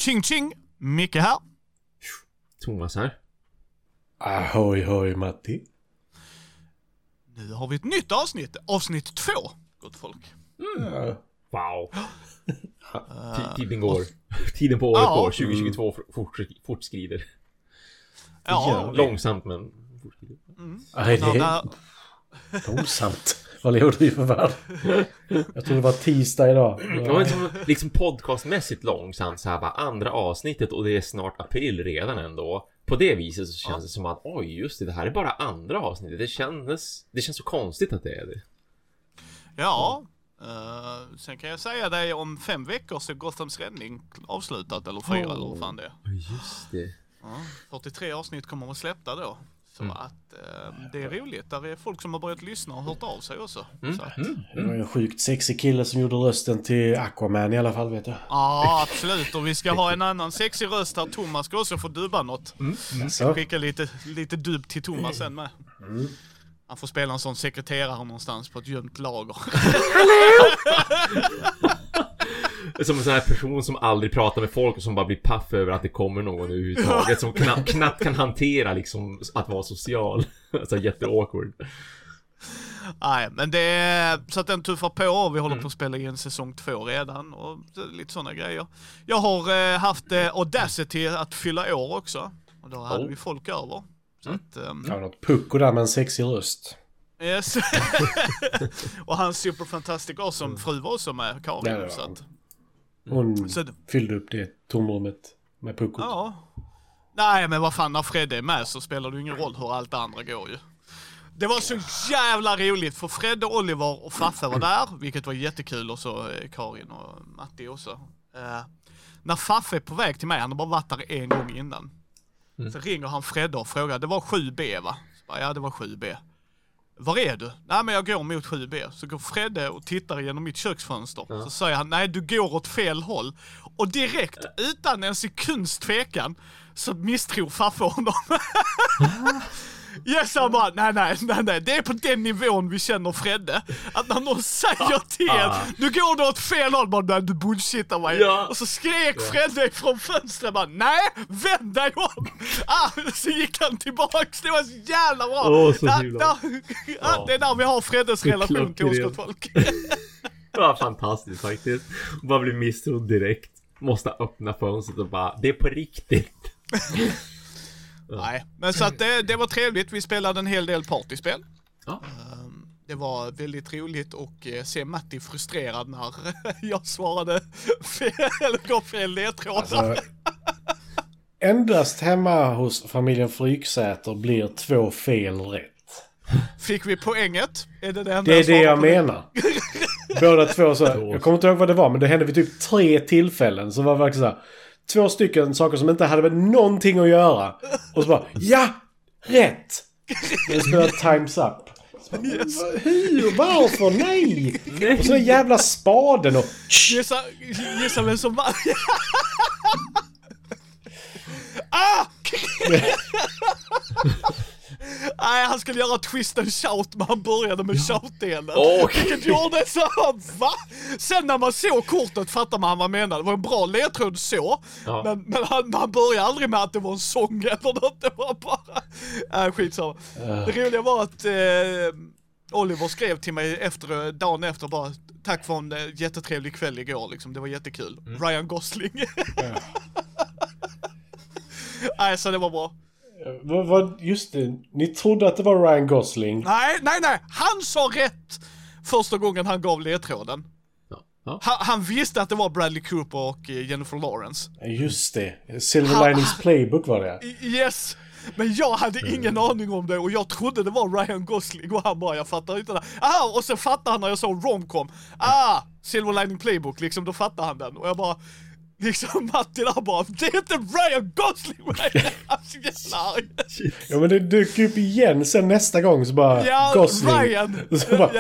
Ching ching, Micke här. Thomas här. Ahoy hoj Matti. Nu har vi ett nytt avsnitt 2, gott folk. Wow. Tiden går. Tiden på året går. 2022 fortskrider. Ja, långsamt men fortskrider. Nej, det är långsamt. Vad lever du för värld? Jag tror det var tisdag idag. Ja, men liksom podcastmässigt långsamt så här bara andra avsnittet och det är snart april redan ändå. På det viset så känns det som att oj just det här är bara andra avsnittet. Det känns så konstigt att det är det. Ja. Sen kan jag säga dig om 5 veckor så är Gothams räddning avslutat eller 4 eller vad fan det är. Just det. 43 avsnitt kommer att släppa då. Så att det är roligt. Där är folk som har börjat lyssna och hört av sig också. Så att, Det var en sjukt sexig kille som gjorde rösten till Aquaman i alla fall, vet jag. ja, absolut. Och vi ska ha en annan sexig röst här. Thomas ska också få dubba något. Jag ska skicka lite dubb till Thomas sen med. Han får spela en sån sekreterare någonstans på ett gömt lager. Som en sån här person som aldrig pratar med folk och som bara blir paff över att det kommer någon överhuvudtaget. Som knappt kan hantera liksom att vara social. Alltså jätteawkward. Nej, men det är så att den tuffar på och vi håller på att spela in säsong 2 redan och lite sådana grejer. Jag har haft Audacity att fylla år också och då hade vi folk över. Så att, ja, något pucko där med en sexig röst. Yes. Och hans Super Fantastic Awesome fru var också med, Karin. Ja, så att, hon fyllde upp det tomrummet med puckot. Ja. Nej, men vad fan, när Fred är med så spelar det ingen roll hur allt andra går ju. Det var så jävla roligt för Fred och Oliver och Faffe var där, vilket var jättekul, och så Karin och Matti också. När Faffe är på väg till mig, han har bara varit där en gång innan. Så ringer han Fred och frågar, det var 7B va? Så bara, ja, det var 7B. Var är du? Nej, men jag går mot 7B. Så går Fredde och tittar genom mitt köksfönster. Så säger han, nej, du går åt fel håll. Och direkt, utan en sekunds tvekan, så misstror Faffe honom. Yes, han bara, nej, det är på den nivån vi känner Fredde. Att när någon säger till nu går du åt fel håll, bara, du bullshittar mig. Ja. Och så skrek Fredde från fönstret, bara, nej, vänd dig om. Så gick han tillbaks, det var så jävla bra. Det är där vi har Freddes relation till oss gott folk. Ja, fantastiskt faktiskt. Bara bli misstrodd direkt. Måste öppna fönstret och bara, det är på riktigt. Nej, men så att det var trevligt. Vi spelade en hel del partyspel. Det var väldigt roligt att se Matti frustrerad när jag svarade fel eller gav fel ledtråd. Alltså, endast hemma hos familjen Fryksäter blir 2 fel rätt. Fick vi poänget? Är det enda det är det jag menar. Båda två så. Jag kommer inte ihåg vad det var, men det hände vid typ 3 tillfällen. Så var det verkligen så här, 2 stycken saker som inte hade med någonting att göra. Och så bara, ja! Rätt! Jag spelar Times Up. Så bara, hur? Varför? Nej! Och så den jävla spaden och... Gissa vem som var... Nej, han skulle göra twist and shout, men han började med shout-delen. Vilket gjorde så här, va? Sen när man såg kortet fattar man vad han menade. Det var en bra ledtråd så. Men han började aldrig med att det var en sång eller något. Det var bara... skitsamma. Det roliga var att Oliver skrev till mig dagen efter bara, tack för en jättetrevlig kväll igår liksom. Det var jättekul. Ryan Gosling. Nej, så det var bra. Just det, ni trodde att det var Ryan Gosling. Nej, han sa rätt första gången han gav ledtråden. Han visste att det var Bradley Cooper och Jennifer Lawrence. Just det, Silver Linings Playbook var det. Yes, men jag hade ingen aning om det och jag trodde det var Ryan Gosling och han bara, jag fattar inte det. Och sen fattade han när jag sa romcom. Silver Lining Playbook, liksom, då fattade han den. Och jag bara... Liksom Matti där bara, det är inte Ryan Gosling. Alltså jävlar. Ja, men det dök upp igen sen nästa gång så bara Gosling. Ryan. Så bara...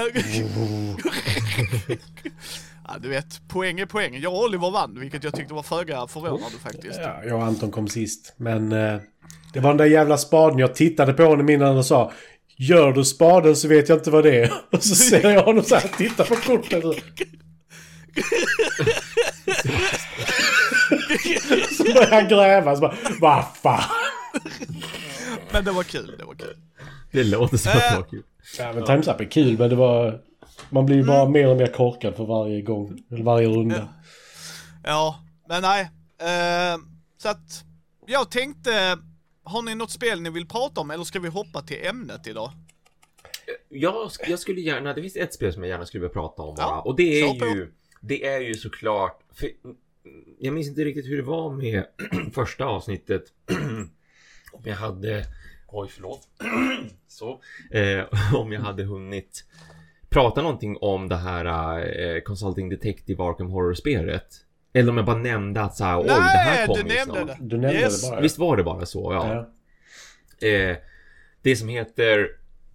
Ja, du vet, poäng är poäng. Jag och Oliver vann, vilket jag tyckte var föga förvånande faktiskt. Ja, jag och Anton kom sist. Men det var den där jävla spaden. Jag tittade på honom innan och sa, gör du spaden så vet jag inte vad det är. Och så ser jag honom så här, titta på kortet. Så började han gräva. Så bara, vad fan? Men det var kul. Det låter som att det var kul. Ja, men Time's Up är kul, men det var... Man blir ju bara mer och mer korkad för varje gång. Eller varje runda. Ja, men nej. Så att jag tänkte... Har ni något spel ni vill prata om, eller ska vi hoppa till ämnet idag? Jag skulle gärna... Det finns ett spel som jag gärna skulle vilja prata om bara. Ja, och det är ju såklart... För jag minns inte riktigt hur det var med första avsnittet. Om jag hade... Oj, förlåt. Så. Om jag hade hunnit prata någonting om det här Consulting Detective Arkham Horror-spelet. Eller om jag bara nämnde att så här, oj, det här kom du nämnde det. Du nämnde det bara. Visst var det bara så, ja. Det som heter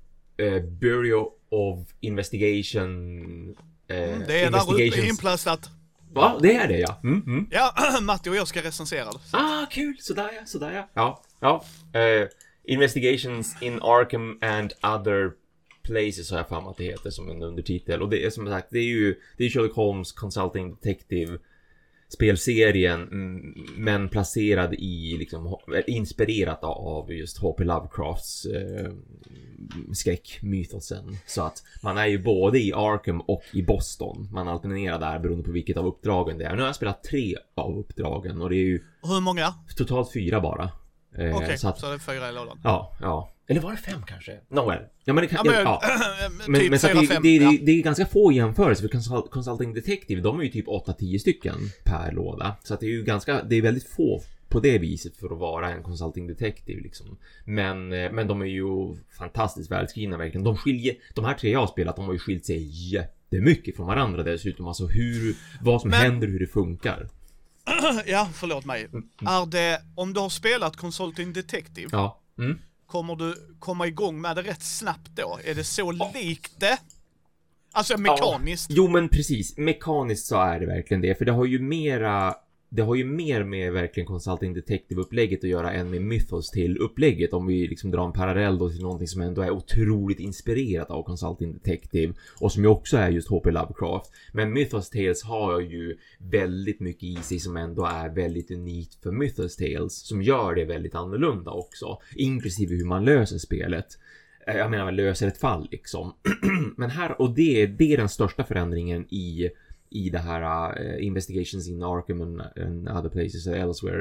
Bureau of Investigation. Det är där uppe inplastat. Va? Det är det, ja. Ja, Matti och jag ska recensera det. Kul. Sådär ja. Ja. Investigations in Arkham and other places har jag fan att det heter som en undertitel. Och det är som sagt, det är Sherlock Holmes Consulting Detective spelserien, men placerad i liksom inspirerat av just H.P. Lovecrafts skräckmytosen. Så att man är ju både i Arkham och i Boston. Man alternerar där beroende på vilket av uppdragen det är. Nu har jag spelat 3 av uppdragen och det är ju... Hur många? Totalt 4 bara. Okej, så det är 4 i lådan. Ja. Eller var det 5 kanske? Nåväl. Ja, men det kan... Typ men så 4-5. det är ganska få jämförelser för Consulting Detective. De är ju typ 8-10 stycken per låda. Så att det är väldigt få på det viset för att vara en Consulting Detective liksom. Men de är ju fantastiskt välskrivna verkligen. De här 3 jag har spelat, de har ju skilt sig jättemycket från varandra dessutom. Alltså vad som händer, hur det funkar. Ja, förlåt mig. Är det, om du har spelat Consulting Detective, ja. kommer du komma igång med det rätt snabbt då? Är det så likt det? Alltså mekaniskt? Ja. Jo, men precis. Mekaniskt så är det verkligen det. För det har ju mer med verkligen Consulting Detective-upplägget att göra än med Mythos till upplägget. Om vi liksom drar en parallell då till någonting som ändå är otroligt inspirerat av Consulting Detective. Och som ju också är just H.P. Lovecraft. Men Mythos Tales har ju väldigt mycket i sig som ändå är väldigt unikt för Mythos Tales. Som gör det väldigt annorlunda också. Inklusive hur man löser spelet. Jag menar, man löser ett fall liksom. Men här, och det är den största förändringen i det här Investigations in Arkham and other places elsewhere.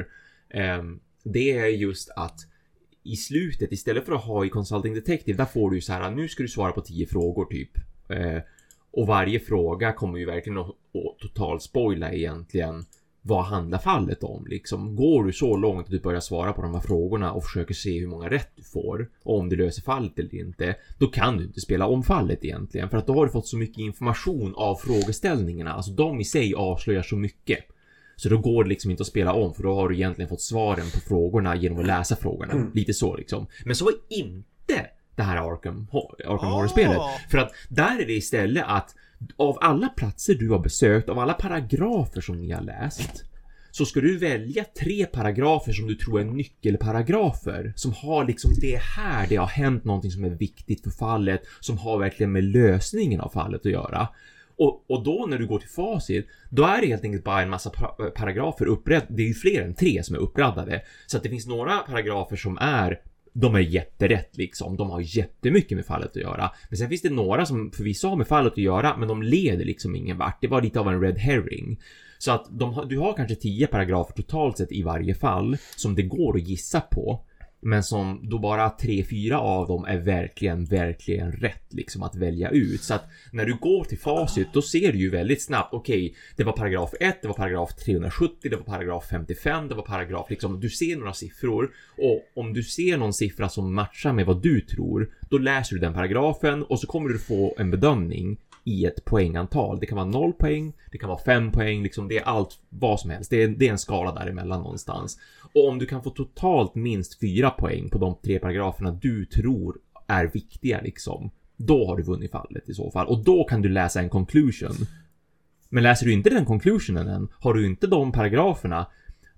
Det är just att i slutet, istället för att ha i Consulting Detective, där får du så här, nu ska du svara på 10 frågor typ. Och varje fråga kommer ju verkligen att totalt spoila egentligen vad handlar fallet om liksom. Går du så långt att du börjar svara på de här frågorna och försöker se hur många rätt du får och om du löser fallet eller inte, då kan du inte spela om fallet egentligen, för att då har du fått så mycket information av frågeställningarna, alltså de i sig avslöjar så mycket, så då går det liksom inte att spela om, för då har du egentligen fått svaren på frågorna genom att läsa frågorna, lite så liksom. Men så är inte det här Arkham Horror-spelet, för att där är det istället att av alla platser du har besökt, av alla paragrafer som ni har läst, så ska du välja 3 paragrafer som du tror är nyckelparagrafer, som har liksom det har hänt någonting som är viktigt för fallet, som har verkligen med lösningen av fallet att göra. Och då när du går till facit, då är det helt enkelt bara en massa paragrafer upprättade. Det är ju fler än 3 som är uppraddade, så att det finns några paragrafer som de är jätterätt liksom. De har jättemycket med fallet att göra. Men sen finns det några som förvisso har med fallet att göra, men de leder liksom ingen vart. Det var lite av en red herring. Så att du har kanske 10 paragrafer totalt sett i varje fall som det går att gissa på. Men som då bara 3-4 av dem är verkligen rätt liksom att välja ut. Så att när du går till facit, då ser du ju väldigt snabbt, okej, det var paragraf 1, det var paragraf 370, det var paragraf 55, det var paragraf liksom, du ser några siffror, och om du ser någon siffra som matchar med vad du tror, då läser du den paragrafen och så kommer du få en bedömning i ett poängantal. Det kan vara 0 poäng, det kan vara 5 poäng, liksom, det är allt, vad som helst. Det är en skala däremellan någonstans. Och om du kan få totalt minst 4 poäng på de 3 paragraferna du tror är viktiga liksom, då har du vunnit fallet i så fall. Och då kan du läsa en conclusion. Men läser du inte den conclusionen än, har du inte de paragraferna,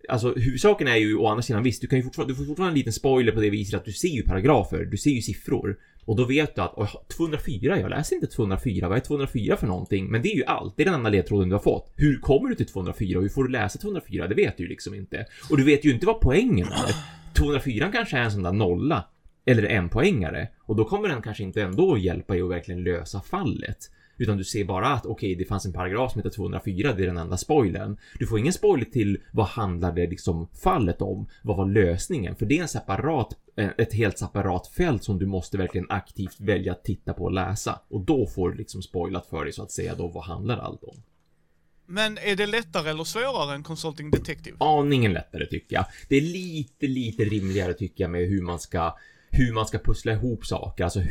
alltså huvudsaken är ju å andra sidan, visst, du får fortfarande en liten spoiler på det viset att du ser ju paragrafer, du ser ju siffror. Och då vet du att 204, jag läser inte 204, vad är 204 för någonting? Men det är ju allt, det är den enda ledtråden du har fått. Hur kommer du till 204 och hur får du läsa 204? Det vet du ju liksom inte. Och du vet ju inte vad poängen är. 204 kanske är en sån där nolla, eller en poängare. Och då kommer den kanske inte ändå hjälpa dig att verkligen lösa fallet. Utan du ser bara att okej, det fanns en paragraf som heter 204, det är den enda spoilern. Du får ingen spoiler till vad handlar det liksom fallet om, vad var lösningen. För det är ett helt separat fält som du måste verkligen aktivt välja att titta på och läsa. Och då får du liksom spoilat för dig så att säga då vad handlar allt om. Men är det lättare eller svårare än Consulting Detective? Aningen lättare tycker jag. Det är lite rimligare tycker jag med hur man ska pussla ihop saker. Alltså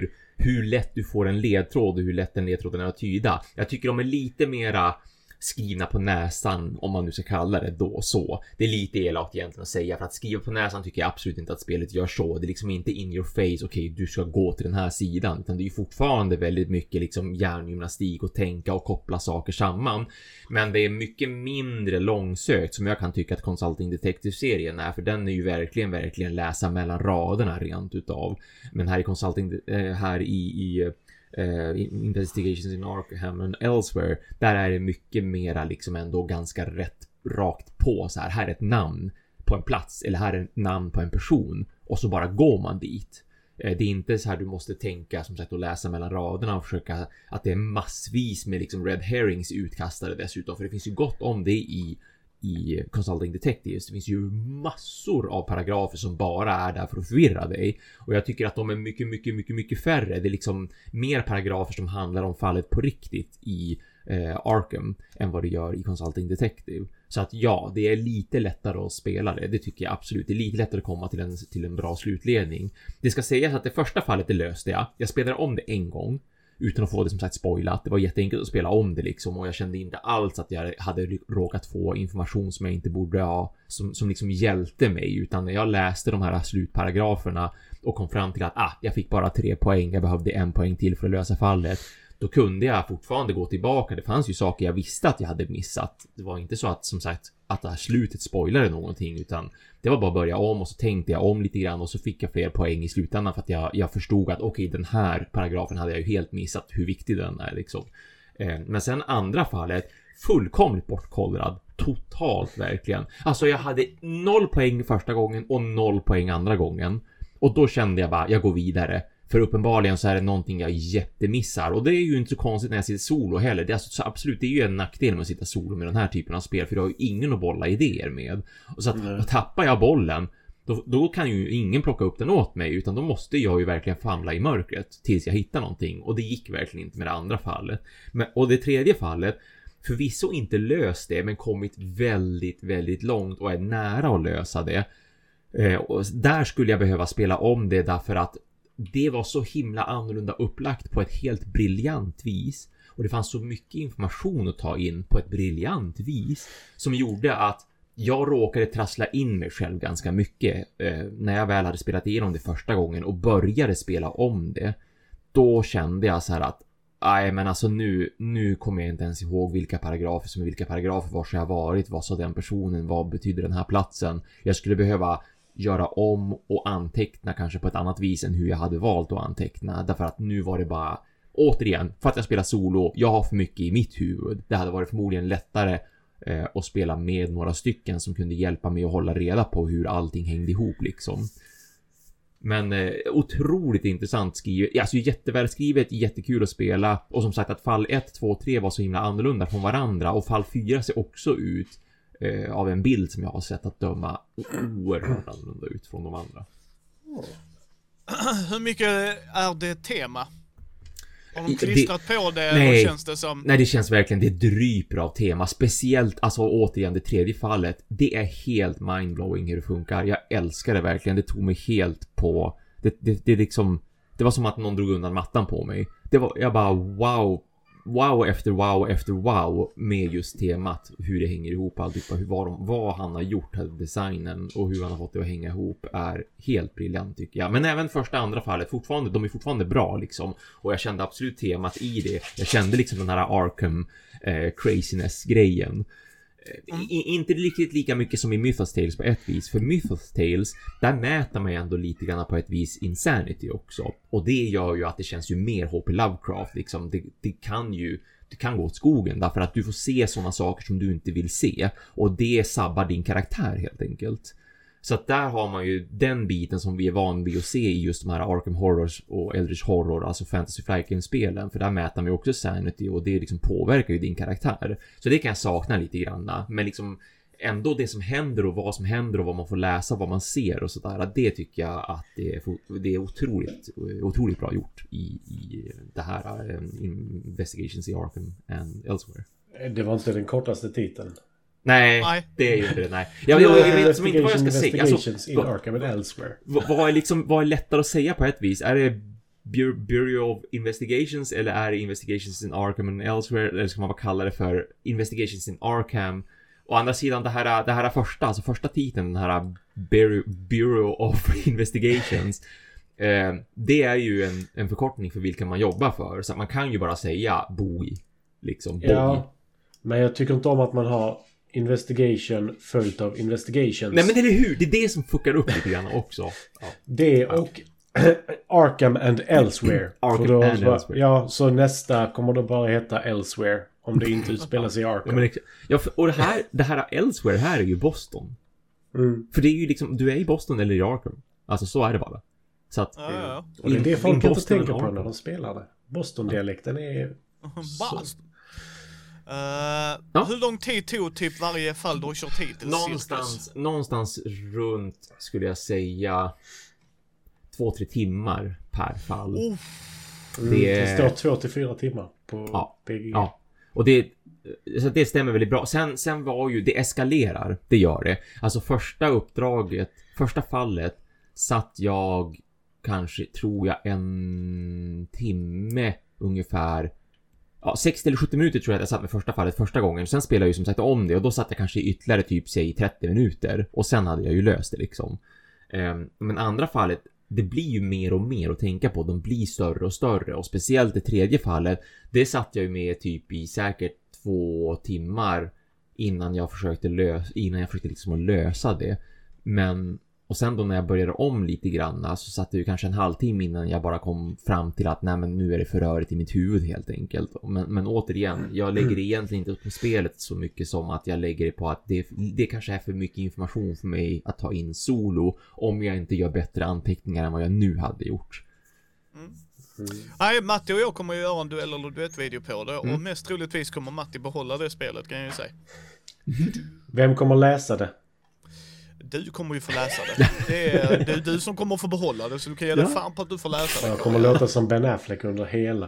hur lätt du får en ledtråd och hur lätt den ledtråden är att tyda. Jag tycker de är lite mera skrivna på näsan, om man nu ska kalla det då så. Det är lite elakt egentligen att säga, för att skriva på näsan tycker jag absolut inte att spelet gör så. Det är liksom inte in your face, okej, du ska gå till den här sidan, utan det är ju fortfarande väldigt mycket liksom hjärngymnastik och tänka och koppla saker samman. Men det är mycket mindre långsökt som jag kan tycka att Consulting Detective-serien är, för den är ju verkligen läsa mellan raderna rent utav. Men här i Consulting, här i Investigations in Arkham and Elsewhere, där är det mycket mera liksom ändå ganska rätt rakt på så här är ett namn på en plats eller här är ett namn på en person och så bara går man dit. Det är inte så här du måste tänka som sagt och läsa mellan raderna och försöka att det är massvis med liksom red herrings utkastade dessutom, för det finns ju gott om det i Consulting Detectives. Det finns ju massor av paragrafer som bara är där för att förvirra dig. Och jag tycker att de är mycket färre. Det är liksom mer paragrafer som handlar om fallet på riktigt i Arkham än vad det gör i Consulting Detective. Så att ja, det är lite lättare att spela det. Det tycker jag absolut. Det är lite lättare att komma till en bra slutledning. Det ska sägas att det första fallet det löste jag. Jag spelade om det en gång utan att få det som sagt spoilat. Det var jätteenkelt att spela om det liksom, och jag kände inte alls att jag hade råkat få information som jag inte borde ha, som liksom hjälpte mig, utan när jag läste de här slutparagraferna och kom fram till att jag fick bara 3 poäng, jag behövde 1 poäng till för att lösa fallet, då kunde jag fortfarande gå tillbaka. Det fanns ju saker jag visste att jag hade missat. Det var inte så att, som sagt, att det här slutet spoilade någonting, utan det var bara att börja om och så tänkte jag om lite grann och så fick jag fler poäng i slutändan för att jag förstod att okej, den här paragrafen hade jag ju helt missat hur viktig den är liksom. Men sen andra fallet, fullkomligt bortkollrad. Totalt verkligen. Alltså jag hade 0 poäng första gången och 0 poäng andra gången. Och då kände jag bara, jag går vidare. För uppenbarligen så är det någonting jag jättemissar. Och det är ju inte så konstigt när jag sitter solo heller. Det är alltså, absolut, det är ju en nackdel med att sitta solo med den här typen av spel. För du har ju ingen att bolla idéer med. Och så att tappar jag bollen, då kan ju ingen plocka upp den åt mig. Utan då måste jag ju verkligen famla i mörkret tills jag hittar någonting. Och det gick verkligen inte med det andra fallet. Och det tredje fallet, förvisso inte löst det, men kommit väldigt långt och är nära att lösa det. Och där skulle jag behöva spela om det, därför att det var så himla annorlunda upplagt på ett helt briljant vis. Och det fanns så mycket information att ta in på ett briljant vis som gjorde att jag råkade trassla in mig själv ganska mycket. När jag väl hade spelat igenom det första gången och började spela om det, då kände jag så här att nej, men alltså nu kommer jag inte ens ihåg vilka paragrafer var så jag varit, vad sa den personen, vad betyder den här platsen. Jag skulle behöva göra om och anteckna kanske på ett annat vis än hur jag hade valt att anteckna. Därför att nu var det bara, återigen, för att jag spelar solo, jag har för mycket i mitt huvud. Det hade varit förmodligen lättare att spela med några stycken som kunde hjälpa mig att hålla reda på hur allting hängde ihop liksom. Men otroligt intressant skrivet. Alltså jättevälskrivet, jättekul att spela. Och som sagt att fall 1, 2, 3 var så himla annorlunda från varandra. Och fall 4 ser också ut av en bild som jag har sett att döma oerhört annorlunda ut från de andra. Hur mycket är det tema? Har de klistrat på det? Nej, och känns det som... Nej, det känns verkligen, det dryper av tema. Speciellt, alltså återigen det tredje fallet. Det är helt mindblowing hur det funkar. Jag älskar det verkligen. Det tog mig helt på... Det liksom... Det var som att någon drog undan mattan på mig. Jag bara wow efter wow med just temat, hur det hänger ihop, alltihopa, vad han har gjort här, designen och hur han har fått det att hänga ihop är helt briljant tycker jag. Men även första andra fallet, de är fortfarande bra liksom, och jag kände absolut temat i det. Jag kände liksom den här Arkham craziness grejen. Inte riktigt lika mycket som i Mythos Tales på ett vis. För Mythos Tales, där mäter man ju ändå lite grann på ett vis insanity också. Och det gör ju att det känns ju mer H.P. Lovecraft liksom. Det kan gå åt skogen därför att du får se sådana saker som du inte vill se. Och det sabbar din karaktär helt enkelt. Så att där har man ju den biten som vi är van vid att se i just de här Arkham Horrors och Eldritch Horror, alltså Fantasy Flight Game-spelen. För där mäter man ju också sanity och det liksom påverkar ju din karaktär. Så det kan jag sakna lite grann. Men liksom ändå det som händer och vad som händer och vad man får läsa, vad man ser och sådär. Det tycker jag att det är otroligt bra gjort i det här Investigations i Arkham and Elsewhere. Det var inte den kortaste titeln. Nej, det är ju inte det, nej. Jag vet som inte vad jag ska säga. Investigations in Arkham and Elsewhere. Vad är lättare att säga på ett vis? Är det Bureau of Investigations eller är det Investigations in Arkham and Elsewhere? Eller ska man bara kalla det för Investigations in Arkham? Å andra sidan, det här första titeln, den här Bureau of Investigations, det är ju en förkortning för vilka man jobbar för. Så man kan ju bara säga BOI. Liksom, BOI. Ja, men jag tycker inte om att man har investigation följt av investigations. Nej, men eller hur? Det är det som fuckar upp lite grann också. Ja. Det och Arkham and Elsewhere. Arkham and Elsewhere. Ja, så nästa kommer då bara heta Elsewhere. Om det inte utspelar sig i Arkham. Och det här Elsewhere här är ju Boston. För det är ju liksom, du är i Boston eller i Arkham. Alltså så är det bara. Så att, och det är det folk inte tänker på när de spelar det. Boston-dialekten är... Boston. Hur lång tid tog typ varje fall du har kört hittills? Någonstans runt, skulle jag säga, 2-3 timmar per fall. Det står 2-4 timmar på PG. Ja, och det stämmer väldigt bra. Sen var ju, det eskalerar, det gör det. Alltså första fallet satt jag kanske, tror jag, 1 timme ungefär. 60 eller 70 minuter tror jag att jag satt med första fallet första gången. Sen spelade jag ju som sagt om det och då satt jag kanske ytterligare typ säg 30 minuter. Och sen hade jag ju löst det liksom. Men andra fallet, det blir ju mer och mer att tänka på. De blir större och större. Och speciellt det tredje fallet, det satt jag ju med typ i säkert 2 timmar innan jag försökte liksom att lösa det. Och sen då när jag började om lite grann så satt det ju kanske en halvtimme innan jag bara kom fram till att nej, men nu är det för rörigt i mitt huvud helt enkelt. Men återigen, jag lägger det egentligen inte på spelet så mycket som att jag lägger det på att det kanske är för mycket information för mig att ta in solo om jag inte gör bättre anteckningar än vad jag nu hade gjort. Nej, Matti och jag kommer ju göra en duell eller duett-video på det och mest troligtvis kommer Matti behålla det spelet, kan jag ju säga. Vem kommer läsa det? Du kommer ju få läsa det. Det är du som kommer få behålla det, så du kan ge dig fan på att du får läsa det. Jag kommer låta som Ben Affleck under hela.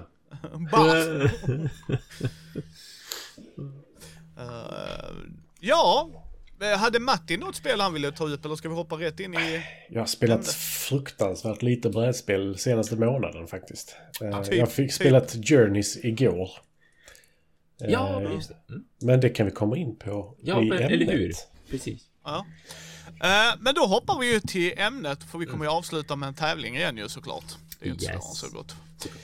Ja, hade Matti något spel han ville ta upp eller ska vi hoppa rätt in i... Jag har spelat fruktansvärt lite brädspel senaste månaden faktiskt. Jag fick spelat Journeys igår. Ja, just det. Men det kan vi komma in på i ämnet. Eller hur? Precis. Ja. Men då hoppar vi ju till ämnet, för vi kommer ju avsluta med en tävling igen ju såklart. Det är inte så gott.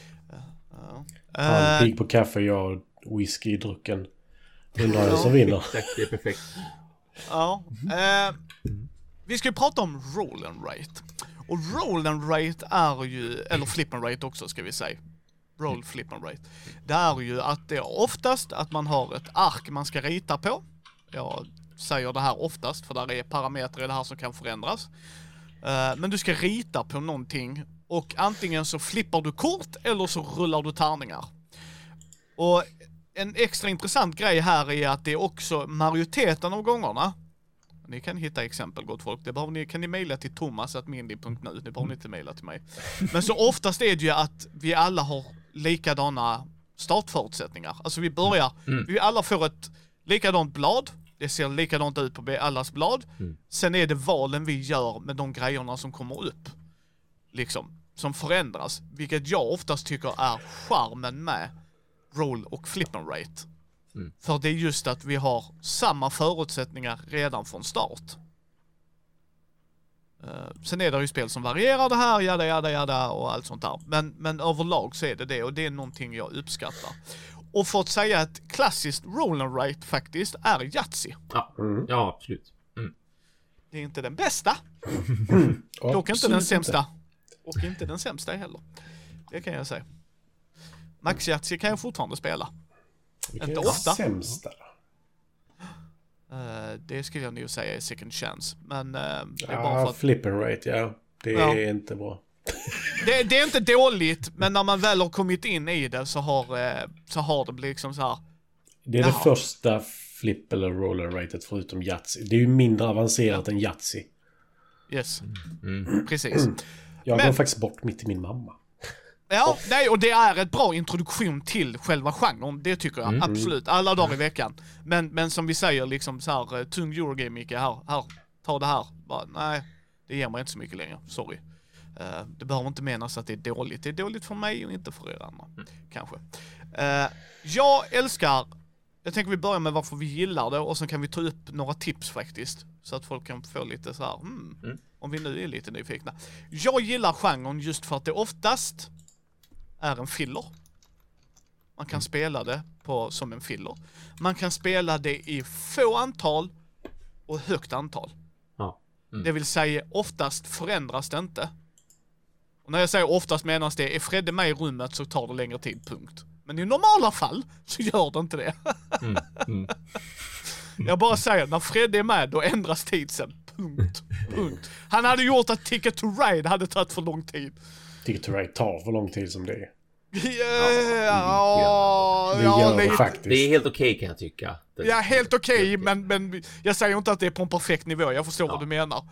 Han pigg på kaffe, jag whiskydrucken. Undrar jag som vinner. Exakt, det är perfekt. Ja. Vi ska ju prata om roll and rate. Och roll and rate är ju, eller flip and rate också ska vi säga. Roll, flip and rate. Det är ju att det är oftast att man har ett ark man ska rita på. Jag säger det här oftast för där är parametrar i det här som kan förändras. Men du ska rita på någonting och antingen så flippar du kort eller så rullar du tärningar. Och en extra intressant grej här är att det är också majoriteten av gångerna. Ni kan hitta exempel, gott folk. Det kan ni mejla till thomas@mindy.nu. Det behöver ni inte mejla till mig. Men så oftast är det ju att vi alla har likadana startförutsättningar. Alltså vi alla får ett likadant blad. Det ser likadant ut på allas blad. Sen är det valen vi gör med de grejerna som kommer upp. Liksom, som förändras. Vilket jag oftast tycker är charmen med roll och flip and rate. För det är just att vi har samma förutsättningar redan från start. Sen är det ju spel som varierar det här, jada och allt sånt där. Men överlag så är det och det är någonting jag uppskattar. Och för att säga ett klassiskt roll and write faktiskt är Yahtzee. Ja, ja absolut. Det är inte den bästa. Dock inte den sämsta. Och inte den sämsta heller. Det kan jag säga. Max Yahtzee kan jag fortfarande spela. Inte ofta. Sämsta då? Det skulle jag nog säga är second chance. Men det är Ja, bara för att... flip and rate, ja. Det är inte bra. Det är inte dåligt, men när man väl har kommit in i det så har det blivit liksom så här. Det är det första flip eller roll and ratet förutom Yahtzee. Det är ju mindre avancerat än Yahtzee. Yes. Precis. Jag går faktiskt bort mitt i min mamma. Ja, nej, och det är ett bra introduktion till själva genren, det tycker jag. Absolut, alla dagar i veckan. Men som vi säger, liksom så här, tung Eurogame, här, ta det här. Bara, nej, det ger mig inte så mycket längre, sorry. Det behöver inte menas att det är dåligt. Det är dåligt för mig och inte för er andra, kanske. Jag tänker vi börjar med varför vi gillar det och sen kan vi ta upp några tips faktiskt. Så att folk kan få lite så här, om vi nu är lite nyfikna. Jag gillar genren just för att det oftast är en filler. Man kan spela det som en filler. Man kan spela det i få antal och högt antal. Det vill säga oftast förändras det inte. Och när jag säger oftast menas det, är Fredde med i rummet så tar det längre tid, punkt. Men i normala fall så gör det inte det. Jag bara säger, när Fredde är med då ändras tidsen. Punkt. Han hade gjort att Ticket to Ride hade tagit för lång tid. Ticket to Ride tar för lång tid som det är. Faktiskt. Det är helt okej kan jag tycka. Ja, helt okej, men jag säger inte att det är på en perfekt nivå. Jag förstår vad du menar.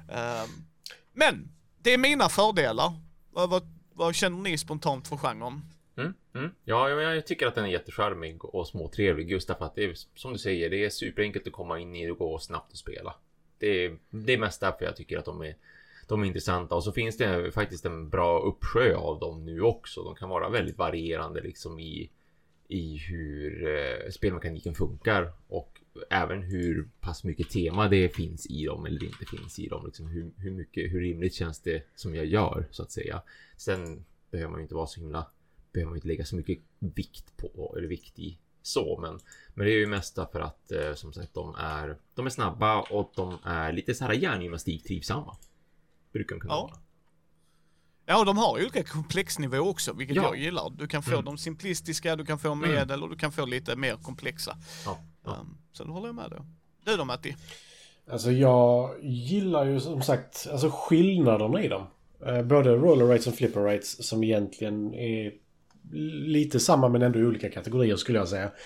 Men det är mina fördelar. Vad känner ni spontant för genren? Ja, jag tycker att den är jättecharmig och småtrevlig just därför att det är, som du säger, det är superenkelt att komma in i och gå snabbt och spela. Det är mest därför jag tycker att de är intressanta, och så finns det faktiskt en bra uppsjö av dem nu också. De kan vara väldigt varierande liksom i hur spelmekaniken funkar och även hur pass mycket tema det finns i dem eller inte finns i dem. Liksom hur rimligt känns det som jag gör så att säga. Sen behöver man ju inte vara så himla, behöver man inte lägga så mycket vikt på eller vikt i så, men det är ju mest för att som sagt de är snabba och de är lite så här hjärngymnastik trivsamma. Brukar de kunna vara. Ja, och de har ju olika komplexnivå också, vilket jag gillar. Du kan få de simplistiska, du kan få medel och du kan få lite mer komplexa. Så då håller jag med dig. Du då, Matti? Alltså jag gillar ju som sagt alltså skillnaderna i dem. Både roller rates och flipper rates som egentligen är lite samma men ändå i olika kategorier skulle jag säga.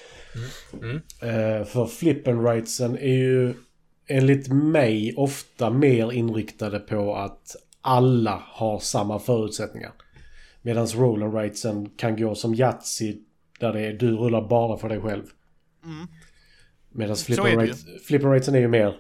För flipper ratesen är ju enligt mig ofta mer inriktade på att alla har samma förutsättningar. Medan roll and ratesen kan gå som Yahtzee där du rullar bara för dig själv. Medan flipper ratesen är ju mer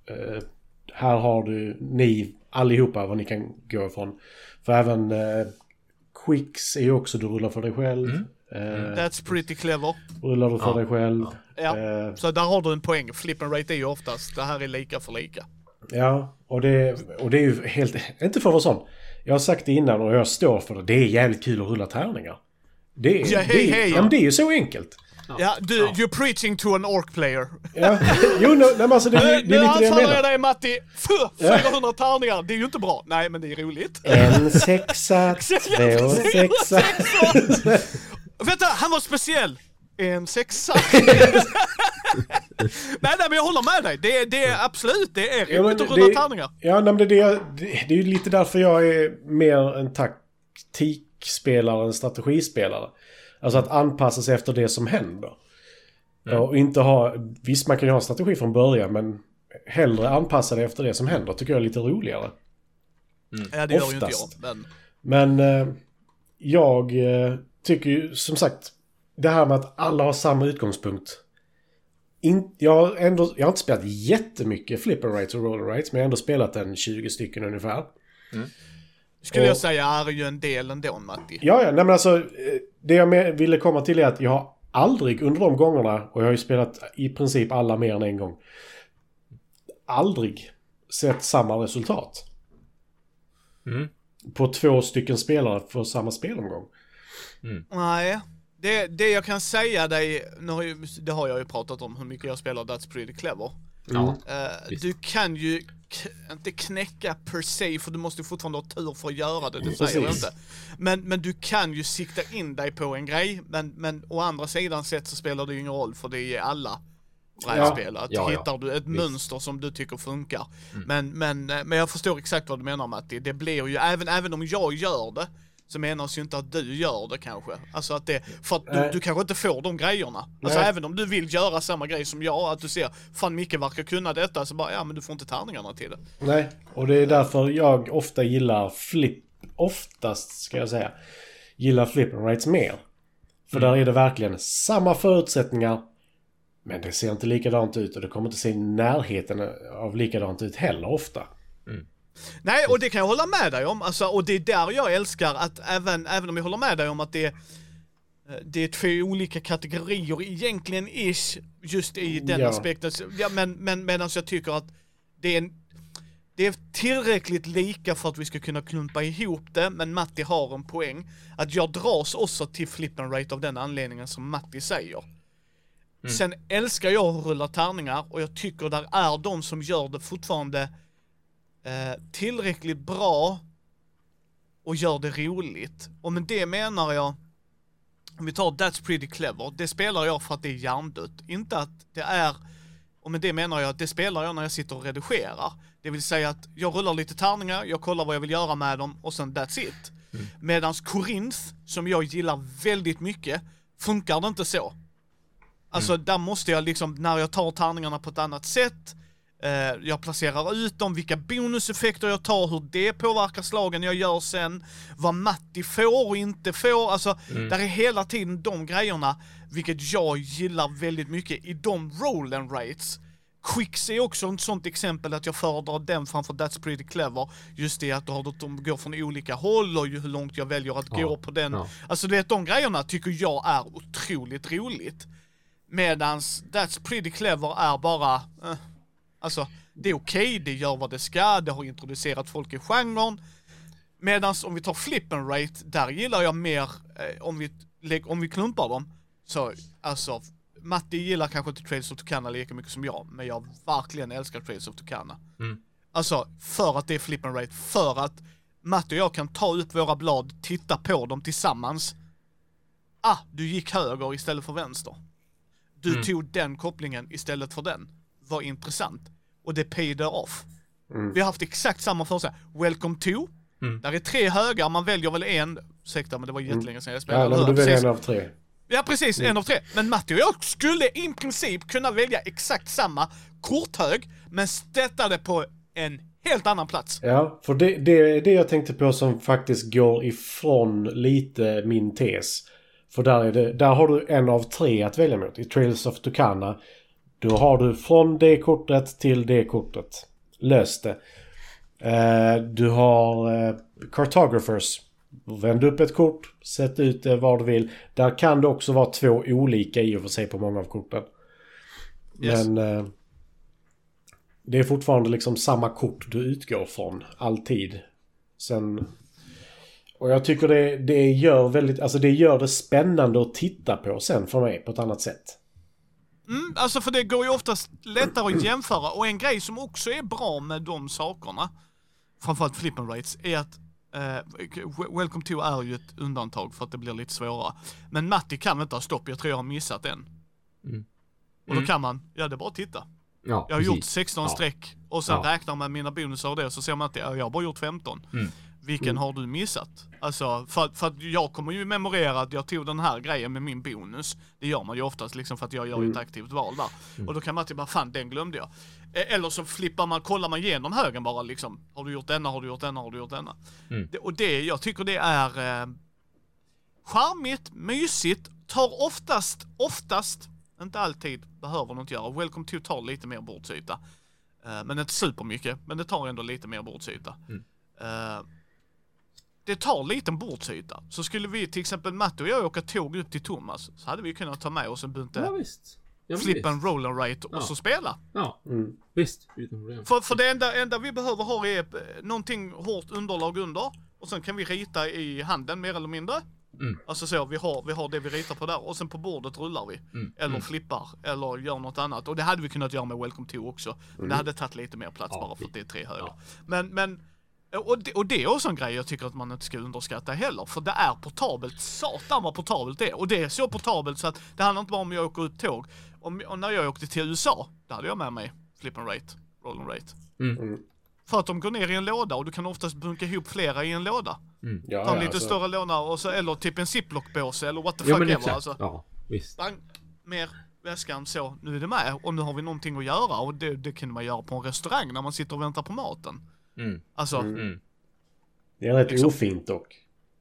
här har du ni allihopa vad ni kan gå ifrån. För även Quicks är ju också du rullar för dig själv. That's pretty clever. Rullar du för dig själv. Ja, så där har du en poäng. Flip and rate är ju oftast, det här är lika för lika. Ja, och det är ju helt, inte för att vara sån. Jag har sagt det innan och jag står för det. Det är jävligt kul att rulla tärningar. Det är ju så enkelt. Ja, you're preaching to an orc player. Ja, jo, nej, men alltså det är lite det jag menar. Nu anfaller jag dig, Matti. 400 tärningar, det är ju inte bra. Nej, men det är roligt. En sexa, två sexa. Vänta, han var speciell. En sexa. nej, men jag håller med dig. Det är absolut, det är roligt att rulla tärningar. Ja, nej, men det är ju lite därför jag är mer en taktikspelare än strategispelare. Alltså att anpassa sig efter det som händer. Och inte ha... Visst, man kan ju ha en strategi från början, men hellre anpassa det efter det som händer tycker jag är lite roligare. Ja, det gör ju inte jag. Men jag tycker ju, som sagt, det här med att alla har samma utgångspunkt. Jag har inte spelat jättemycket flipper rates och roller rates, men jag har ändå spelat 20 stycken ungefär. Skulle jag säga är ju en del ändå, Matti. Ja, nej men alltså det jag ville komma till är att jag har aldrig under de gångerna, och jag har ju spelat i princip alla mer än en gång, aldrig sett samma resultat. På 2 stycken spelare för samma spelomgång. Nej. Det jag kan säga dig, det har jag ju pratat om hur mycket jag spelar That's Pretty Clever. Du kan ju inte knäcka per se, för du måste fortfarande ha tur för att göra det säger jag inte. Men du kan ju sikta in dig på en grej, men å andra sidan sett så spelar det ju ingen roll, för det är alla brädspel. Hittar du ett mönster som du tycker funkar. Men jag förstår exakt vad du menar, Matti. Det blir ju, även om jag gör det, så menas ju inte att du gör det kanske. Alltså att det, för att du kanske inte får de grejerna. Alltså även om du vill göra samma grej som jag, att du ser, fan Micke verkar kunna detta, så bara, men du får inte tärningarna till det. Nej, och det är därför jag ofta gillar gillar flip and writes mer. För där är det verkligen samma förutsättningar, men det ser inte likadant ut, och det kommer inte se närheten av likadant ut heller ofta. Nej, och det kan jag hålla med dig om. Alltså, och det är där jag älskar att även om jag håller med dig om att det är två olika kategorier egentligen just i den aspekten. Ja, men medan jag tycker att det är tillräckligt lika för att vi ska kunna klumpa ihop det, men Matti har en poäng. Att jag dras också till flip and rate av den anledningen som Matti säger. Sen älskar jag att rulla tärningar, och jag tycker där är de som gör det fortfarande tillräckligt bra och gör det roligt. Och med det menar jag, om vi tar That's Pretty Clever, det spelar jag för att det är hjärndött. Inte att det är, och med det menar jag att det spelar jag när jag sitter och redigerar. Det vill säga att jag rullar lite tärningar, jag kollar vad jag vill göra med dem, och sen that's it. Medans Corinth, som jag gillar väldigt mycket, funkar det inte så. Alltså där måste jag liksom, när jag tar tärningarna på ett annat sätt, jag placerar ut dem, vilka bonuseffekter jag tar, hur det påverkar slagen jag gör sen, vad Matti får och inte får, alltså där är hela tiden de grejerna, vilket jag gillar väldigt mycket i de roll and rates. Quicks är också ett sånt exempel att jag föredrar den framför That's Pretty Clever, just det att de går från olika håll och hur långt jag väljer att gå på den. Alltså du vet, de grejerna tycker jag är otroligt roligt, medans That's Pretty Clever är bara alltså, det är okej, det gör vad det ska, det har introducerat folk i genren. Medans om vi tar flip and rate, där gillar jag mer, om vi klumpar dem, så alltså, Matti gillar kanske inte Trails of Tucana lika mycket som jag, men jag verkligen älskar Trails of Tucana. Alltså, för att det är flip and rate, för att Matti och jag kan ta upp våra blad, titta på dem tillsammans. Du gick höger istället för vänster. Du tog den kopplingen istället för den. Var intressant. Och det paid off. Vi har haft exakt samma förutsättningar. Welcome to. Där är 3 högar, man väljer väl en. Ursäkta, men det var jättelänge sedan jag spelade. Ja, men du väljer en av 3. Ja, precis, en av 3. Men Matti och jag skulle i princip kunna välja exakt samma korthög, men sätta det på en helt annan plats. Ja, för det är det jag tänkte på som faktiskt går ifrån lite min tes. För där har du en av 3 att välja mot. I Trails of Tucana, då har du från det kortet till det kortet. Löst det. Du har Cartographers. Vänd upp ett kort, sätt ut det var du vill. Där kan det också vara 2 olika i och för sig på många av korten. Yes. Men det är fortfarande liksom samma kort du utgår från alltid. Sen, och jag tycker det gör väldigt, alltså det gör det spännande att titta på sen för mig på ett annat sätt. Alltså för det går ju oftast lättare att jämföra, och en grej som också är bra med de sakerna, framförallt flip and rates, är att Welcome to är ju ett undantag för att det blir lite svårare. Men Matti kan inte ha stopp, jag tror jag har missat en. Och då kan man, det är bara att titta. Ja, jag har gjort 16 streck och sen räknar man mina bonusar och det, och så ser man att jag har bara gjort 15. Vilken har du missat? Alltså, för att jag kommer ju memorera att jag tog den här grejen med min bonus. Det gör man ju oftast liksom för att jag gör ett aktivt val där. Och då kan man typ bara, fan den glömde jag. Eller så kollar man igenom högen bara liksom. Har du gjort denna, har du gjort denna, har du gjort denna? Och det, jag tycker det är charmigt, mysigt, tar oftast, inte alltid behöver något göra. Welcome to tar lite mer bordsyta. Men inte supermycket, men det tar ändå lite mer bordsyta. Det tar liten bordsyta. Så skulle vi till exempel Matt och jag åka tåg upp till Thomas, så hade vi kunnat ta med oss en bunt flip and roll and rate och så spela. Ja, visst. För det enda vi behöver ha är någonting hårt underlag under, och sen kan vi rita i handen mer eller mindre. Alltså så, vi har det vi ritar på där och sen på bordet rullar vi. Eller flippar, eller gör något annat. Och det hade vi kunnat göra med Welcome to också. Men det hade tagit lite mer plats bara för att det är 3 höger. Men och det är också en grej jag tycker att man inte ska underskatta heller. För det är portabelt, satan vad portabelt det är. Och det är så portabelt så att det handlar inte bara om jag åker ut tåg. Och när jag åkte till USA, då hade jag med mig flip and rate, roll and rate. För att de går ner i en låda och du kan oftast bunka ihop flera i en låda. Ta en lite större låda och så, eller typ en ziplock-påse eller what the fuck ever. Alltså. Ja, visst. Bang, mer väskan så, nu är det med och nu har vi någonting att göra och det kan man göra på en restaurang när man sitter och väntar på maten. Alltså. Det är rätt ofint dock.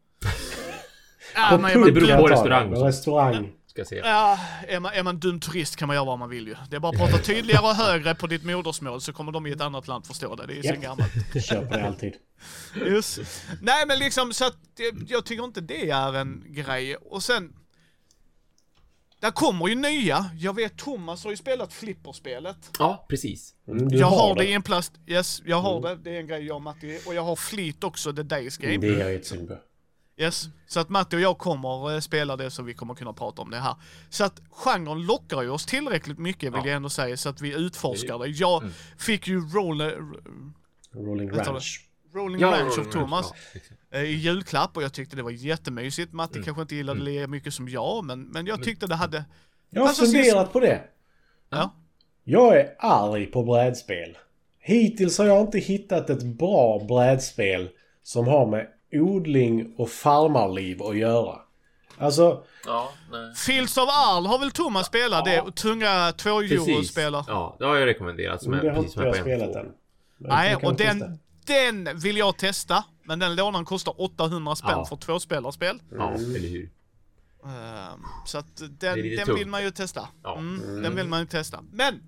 Ja, det beror på restaurang. Ska se. Ja, är man dum turist kan man göra vad man vill ju. Det är bara att prata tydligare och högre på ditt modersmål så kommer de i ett annat land förstå det. Det är så gammalt. Kör på det alltid. Just. Nej men liksom så att jag tycker inte det är en grej. Och sen där kommer ju nya. Jag vet Thomas har ju spelat flipperspelet. Ja, precis. Jag har det i en plast. Yes, jag har det. Det är en grej jag och Matti. Och jag har Fleet också, The Days Game. Det är jag inte så. Yes, så att Matti och jag kommer spela det så vi kommer kunna prata om det här. Så att genren lockar ju oss tillräckligt mycket vill jag ändå säga så att vi utforskar det. Jag fick ju Rolling Ranch. Rolling Ranch av Thomas i julklapp och jag tyckte det var jättemysigt. Matti kanske inte gillade det lika mycket som jag, men jag tyckte det hade... Jag har funderat på det. Ja. Jag är arg på brädspel. Hittills har jag inte hittat ett bra brädspel som har med odling och farmarliv att göra. Alltså... Fields of Arl har väl Thomas spelat det och tunga 2-euro-spelare. Ja, det har jag rekommenderat som det har precis inte jag spelat än. Nej, och den vill jag testa. Men den lånan kostar 800 spänn för 2-spelarspel. Ja, eller hur? Så att den vill man ju testa. Den vill man ju testa. Men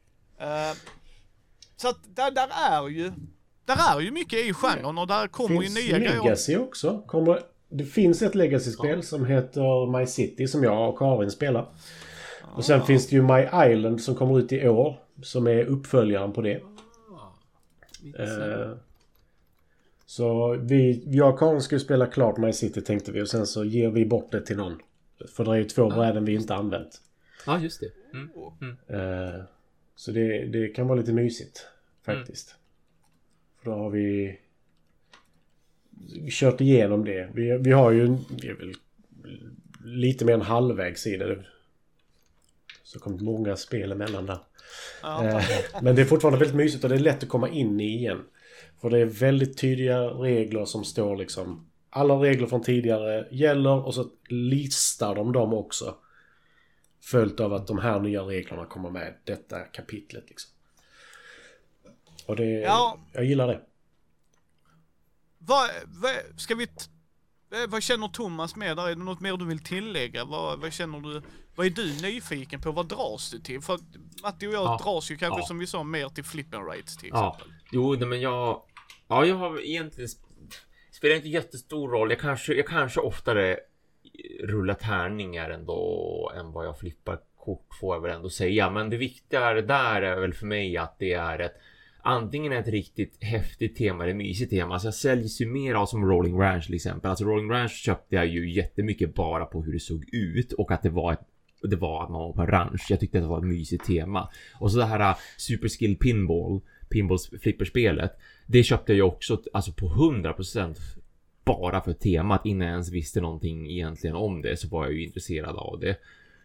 så att där är ju mycket i genren och där kommer ju nya grejer. Legacy också. Det finns ett Legacy-spel som heter My City som jag och Karin spelar. Och sen finns det ju My Island som kommer ut i år som är uppföljaren på det. Så jag och Karin skulle spela klart My City tänkte vi och sen så ger vi bort det till någon. För det är ju 2 bräden vi inte använt. Ja, just det. Så det kan vara lite mysigt faktiskt. För då har vi kört igenom det. Vi har ju vi är väl lite mer än halvvägs i det. Så kommer många spel emellan där. Men det är fortfarande väldigt mysigt och det är lätt att komma in i igen. För det är väldigt tydliga regler som står liksom... Alla regler från tidigare gäller och så listar de dem också. Följt av att de här nya reglerna kommer med detta kapitlet liksom. Och det... Jag gillar det. Vad känner Thomas med där? Är det något mer du vill tillägga? Vad känner du? Vad är du nyfiken på? Vad dras du till? För Matti och jag dras ju kanske som vi sa mer till flip and rates till exempel. Jo, men jag har egentligen spelar inte jättestor roll. Jag kanske oftare rullar tärningar ändå än vad jag flippar kort får jag väl ändå säga. Men det viktiga där är väl för mig att det är antingen ett riktigt häftigt tema eller mysigt tema. Alltså jag säljs ju mer av som Rolling Ranch till exempel. Alltså Rolling Ranch köpte jag ju jättemycket bara på hur det såg ut och att det var att man var på en ranch. Jag tyckte att det var ett mysigt tema. Och så det här Super Skill Pinballs flipperspelet. Det köpte jag också alltså på 100% bara för temat. Innan jag ens visste någonting egentligen om det så var jag ju intresserad av det.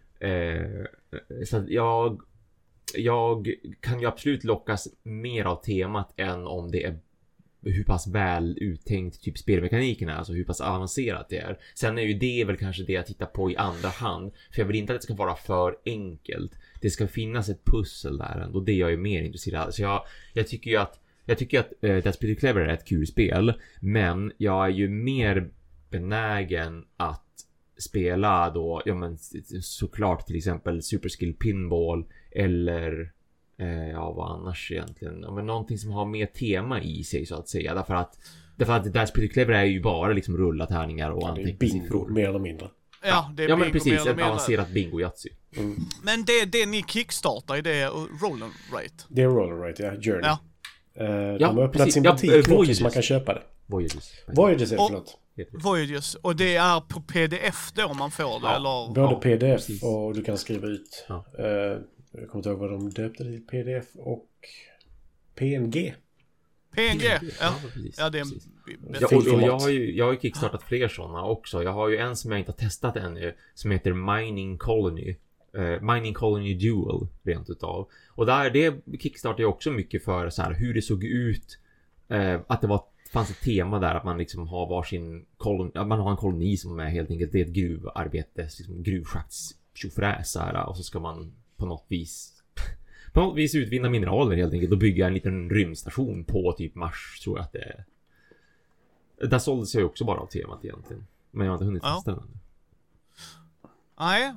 Så att jag kan ju absolut lockas mer av temat än om det är hur pass väl uttänkt typ spelmekaniken är, alltså hur pass avancerat det är. Sen är ju det väl kanske det jag tittar på i andra hand, för jag vill inte att det ska vara för enkelt. Det ska finnas ett pussel där ändå, det jag är mer intresserad av. Så jag tycker att That's Pretty Clever är ett kul spel, men jag är ju mer benägen att spela då, ja men såklart till exempel Super Skill Pinball eller vad annars egentligen, men någonting som har mer tema i sig så att säga, därför att That's Pretty Clever är ju bara liksom rulla tärningar och bingo mer eller mindre. Ja, det är bingo, men precis, ett avancerat bingo-jatsi. Men det ni kickstartar i det är Roll and Rate. Det är Roll and Rate, ja, Journey. Ja. De har öppnat sin butik också så man kan köpa det. Voyages är förlåt. Voyages. Och det är på pdf då man får det, eller? Både pdf precis. och du kan skriva ut. Ja. Jag kommer inte ihåg vad de döpte det till. Pdf och PNG. PNG, ja. precis, Ja, det är precis. bättre. Och jag har ju kickstartat fler sådana också. Jag har ju en som jag inte har testat ännu som heter Mining Colony. Mining Colony Duel rent utav. Och det kickstartade jag också mycket för så här, hur det såg ut, att det fanns ett tema där att man liksom har varsin koloni, man har en koloni som är helt enkelt det är ett gruvarbete, liksom gruvschakts tjofräs och så ska man på något vis utvinna mineraler helt enkelt och bygga en liten rymdstation på typ Mars, tror jag att det är. Där såldes jag också bara av temat egentligen, men jag har inte hunnit testa den. Nej,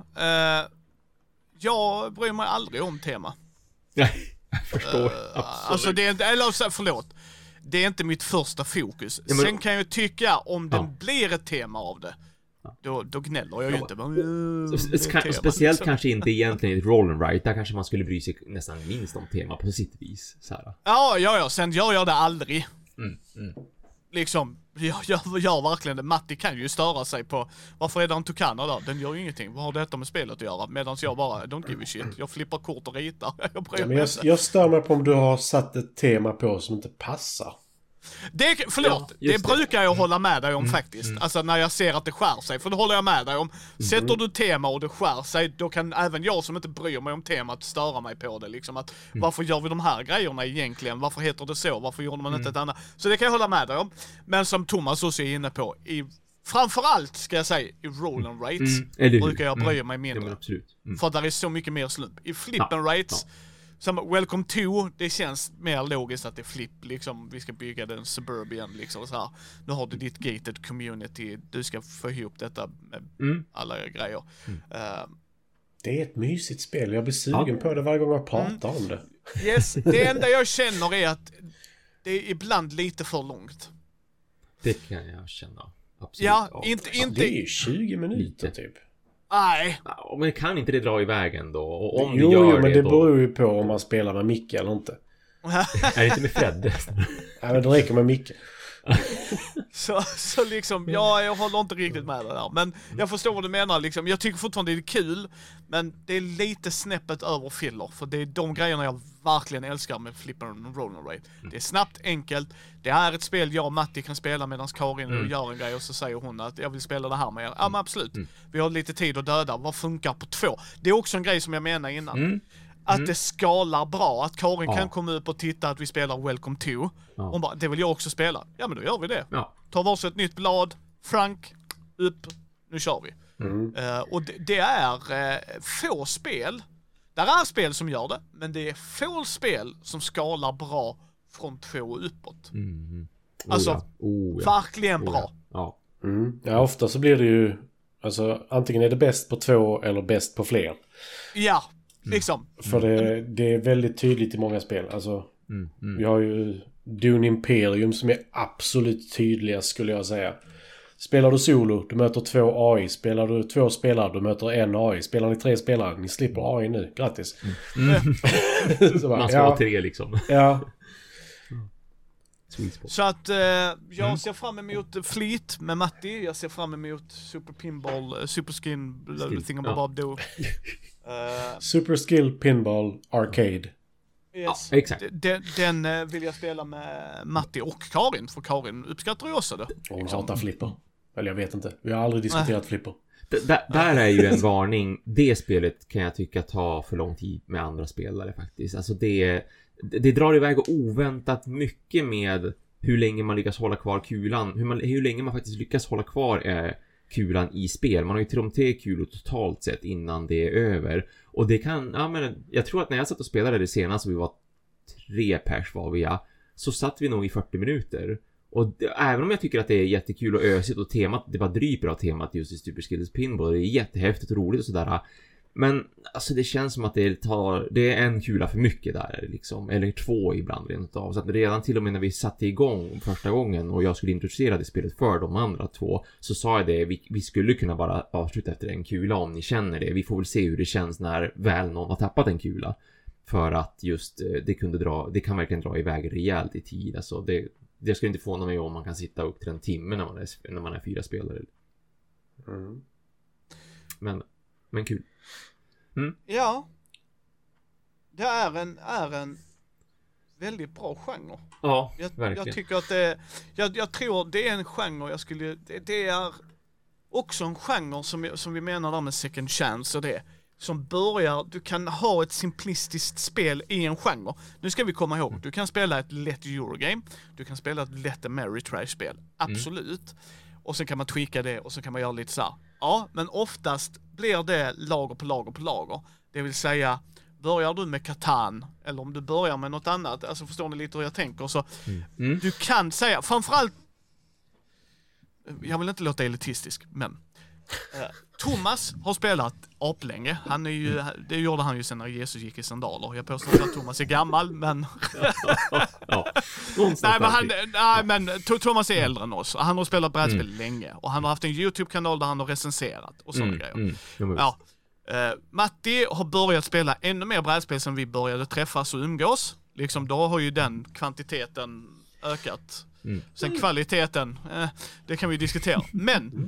jag bryr mig aldrig om tema. Jag förstår, absolut. Alltså det är inte, eller förlåt, det är inte mitt första fokus. Ja, men sen kan jag tycka om det blir ett tema av det, då gnäller jag ju inte. Speciellt kanske inte egentligen ett roll and write. Där kanske man skulle bry sig nästan minst om tema på sitt vis. Så här. Ja, sen gör jag det aldrig. Liksom, jag gör verkligen det. Matti kan ju störa sig på varför är det en Tucana där? Den gör ju ingenting. Vad har detta med spelet att göra? Medan jag bara, don't give a shit. Jag flippar kort och ritar. Jag stör mig på om du har satt ett tema på som inte passar. Det brukar jag hålla med dig om faktiskt. Alltså när jag ser att det skär sig. För det håller jag med dig om. Sätter du tema och det skär sig, då kan även jag som inte bryr mig om temat störa mig på det. Liksom att, varför gör vi de här grejerna egentligen? Varför heter det så? Varför gjorde man inte ett annat? Så det kan jag hålla med dig om. Men som Thomas också är inne på, framförallt ska jag säga i roll and rates brukar jag bry mig mindre. Ja, absolut. För där är så mycket mer slump. I flip and rates som Welcome to, det känns mer logiskt att det är flipp, liksom, vi ska bygga den suburban, liksom så här. Nu har du ditt gated community, du ska få ihop detta med alla grejer. Det är ett mysigt spel, jag blir sugen på det varje gång jag pratar om det. Yes, det enda jag känner är att det är ibland lite för långt. Det kan jag känna, absolut. Ja, inte... Det är ju 20 minuter typ. Nej. Men kan inte det dra iväg ändå? Och om Jo, men det beror ju på om man spelar med Micke eller inte. Är det inte med Fred? Ja, men det räcker med Micke. Så liksom, jag håller inte riktigt med det där. Men jag förstår vad du menar liksom. Jag tycker fortfarande det är kul, men det är lite snäppet över filler. För det är de grejerna jag verkligen älskar med Flipper and Roll and Rate. Det är snabbt, enkelt. Det är ett spel jag och Matti kan spela medan Karin gör en grej och så säger hon att jag vill spela det här med er. Ja, men absolut. Vi har lite tid att döda. Vad funkar på 2? Det är också en grej som jag menar innan. Att det skalar bra. Att Karin kan komma upp och titta att vi spelar Welcome to. Hon bara, det vill jag också spela. Ja, men då gör vi det. Ta varsitt ett nytt blad. Frank, upp. Nu kör vi. Och det är få spel. Där är spel som gör det. Men det är få spel som skalar bra från 2 och uppåt. Alltså, verkligen bra. Ja, ofta så blir det ju... Alltså, antingen är det bäst på 2 eller bäst på fler. Ja, liksom. För det är väldigt tydligt i många spel. Alltså, vi har ju Dune Imperium som är absolut tydligast, skulle jag säga. Spelar du solo, du möter 2 AI. Spelar du 2 spelare, du möter 1 AI. Spelar ni 3 spelare, ni slipper AI nu. Grattis. Så bara, man ska ha 3 liksom. Ja. Så att jag ser fram emot Fleet med Matti. Jag ser fram emot Super Pinball, Super Skin, Thingamabob Do. Super Skill Pinball Arcade. Yes. Ja, exakt. Den vill jag spela med Matti och Karin, för Karin uppskattar ju också det. Hon hatar flipper. Eller jag vet inte. Vi har aldrig diskuterat flipper. Där är ju en varning. Det spelet kan jag tycka tar för lång tid med andra spelare faktiskt. Alltså det drar iväg oväntat mycket med hur länge man lyckas hålla kvar kulan. Hur länge man faktiskt lyckas hålla kvar kulan i spel. Man har ju till och 3 kulor totalt sett innan det är över. Och det kan, men jag tror att när jag satt och spelade det senast, vi var 3 pers var vi, så satt vi nog i 40 minuter. Och även om jag tycker att det är jättekul och ösigt och temat, det bara dryper av temat just i Super Skills Pinball, det är jättehäftigt och roligt och sådär. Men alltså det känns som att det är en kula för mycket där liksom, eller 2 ibland rent av. Så att redan till och med när vi satte igång första gången och jag skulle introducera det spelet för de andra 2, så sa jag det, vi skulle kunna bara avsluta efter en kula om ni känner det. Vi får väl se hur det känns när väl någon har tappat en kula. För att just det kan verkligen dra iväg rejält i tid. Alltså det det skulle inte få mig om man kan sitta upp till en timme när man är 4 spelare. Men kul. Ja. Det är en väldigt bra genre. Ja, verkligen. Jag tycker att jag tror det är en genre det är också en genre som vi menar där med second chance och det. Som börjar, du kan ha ett simplistiskt spel i en genre. Nu ska vi komma ihåg, du kan spela ett lätt Eurogame, du kan spela ett lätt Ameritrash-spel. Absolut. Och sen kan man tweaka det och så kan man göra lite så här. Ja, men oftast blir det lager på lager på lager. Det vill säga, börjar du med Catan eller om du börjar med något annat, alltså förstår ni lite hur jag tänker, så du kan säga, framförallt, jag vill inte låta elitistisk, men Thomas har spelat aplänge. Han är ju, det gjorde han ju sen när Jesus gick i sandaler. Jag påstår inte att Thomas är gammal, men men Thomas är äldre än oss. Han har spelat brädspel länge och han har haft en YouTube-kanal där han har recenserat och sådana grejer. Ja. Matti har börjat spela ännu mer brädspel sen vi började träffas och umgås. Liksom då har ju den kvantiteten ökat. Sen kvaliteten, det kan vi diskutera. Men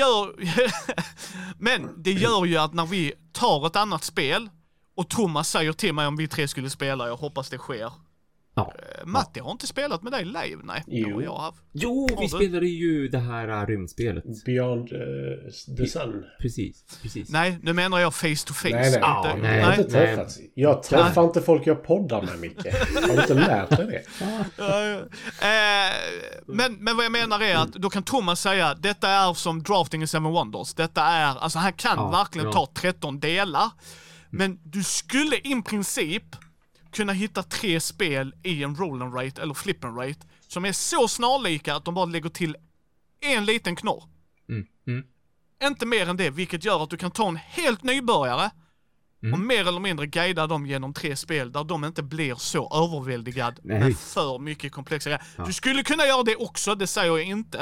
det gör ju att när vi tar ett annat spel och Thomas säger till mig om vi 3 skulle spela, jag hoppas det sker. Matti har inte spelat med dig live, nej. Jo, vi spelade ju det här rymdspelet. Beyond the Sun. Precis. Nej, nu menar jag face to face. Nej. Jag har inte träffats. Jag träffar inte folk jag poddar med, Micke. Jag har inte lärt dig det. Men vad jag menar är att då kan Thomas säga, detta är som Drafting in Seven Wonders. Detta är, alltså han kan verkligen ta 13 delar. Men du skulle i princip kunna hitta 3 spel i en roll and rate eller flip and rate som är så snarlika att de bara lägger till en liten knorr. Inte mer än det, vilket gör att du kan ta en helt nybörjare och mer eller mindre guida dem genom 3 spel där de inte blir så överväldigad med för mycket komplexa grejer. Du skulle kunna göra det också, det säger jag inte.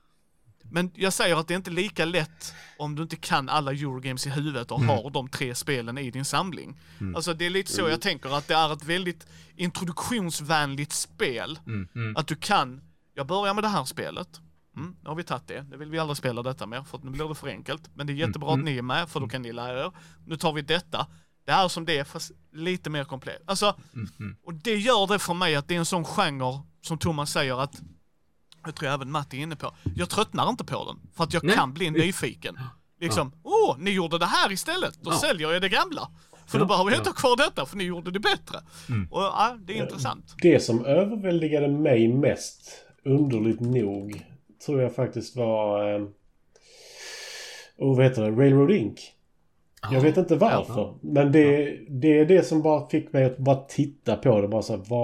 Men jag säger att det är inte lika lätt om du inte kan alla Eurogames i huvudet och har de 3 spelen i din samling. Alltså det är lite så jag tänker, att det är ett väldigt introduktionsvänligt spel. Att du kan, jag börjar med det här spelet. Nu har vi tagit det. Det vill vi aldrig spela detta mer för att nu blir det för enkelt. Men det är jättebra att ni är med för då kan ni lära er. Nu tar vi detta. Det här som det är fast lite mer komplett. Alltså, och det gör det för mig att det är en sån genre som Thomas säger att jag tror även Matti är inne på. Jag tröttnar inte på den. För att jag kan bli nyfiken. Liksom, ni gjorde det här istället. Då säljer jag det gamla. För då behöver jag inte ha kvar detta, för ni gjorde det bättre. Och det är intressant. Det som överväldigade mig mest, underligt nog, tror jag faktiskt var... vad heter det? Railroad Inc. Jag vet inte varför. Men det är det som bara fick mig att bara titta på det. Bara så här,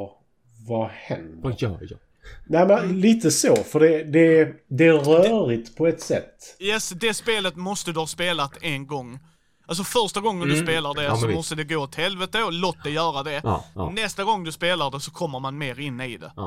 vad händer? Vad gör jag? Nej, men lite så, för det är rörigt på ett sätt. Yes, det spelet måste du ha spelat en gång. Alltså första gången du spelar det så måste det gå åt helvete och låt det göra det. Nästa gång du spelar det så kommer man mer in i det.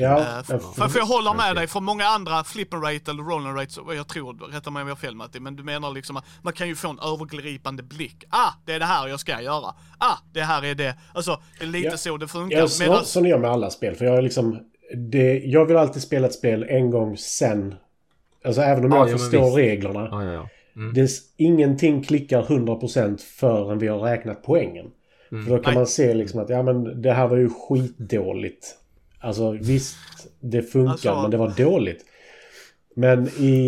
För jag håller med dig, för många andra flip and rate eller roll and rate, så jag tror, rätta mig om jag har fel, Matti, men du menar liksom att man kan ju få en övergripande blick. Det är det här jag ska göra. Det här är det. Alltså, det är lite så det funkar. Så gör med alla spel, för jag är liksom... jag vill alltid spela ett spel en gång sen. Alltså även om jag förstår reglerna. Ingenting klickar 100% förrän vi har räknat poängen. För då kan man se liksom att men det här var ju skitdåligt. Alltså visst, det funkar, men det var dåligt. Men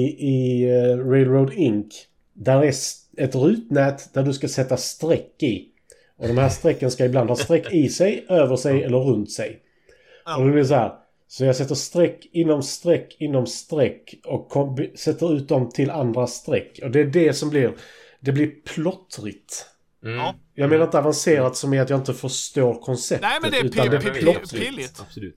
i Railroad Inc. där är ett rutnät där du ska sätta streck i. Och de här strecken ska ibland ha streck i sig, över sig eller runt sig. Och det blir så här. Så jag sätter streck inom streck och sätter ut dem till andra streck. Och det är det som blir plottrigt. Jag menar inte avancerat som är att jag inte förstår konceptet. Nej, men det är pilligt. Absolut,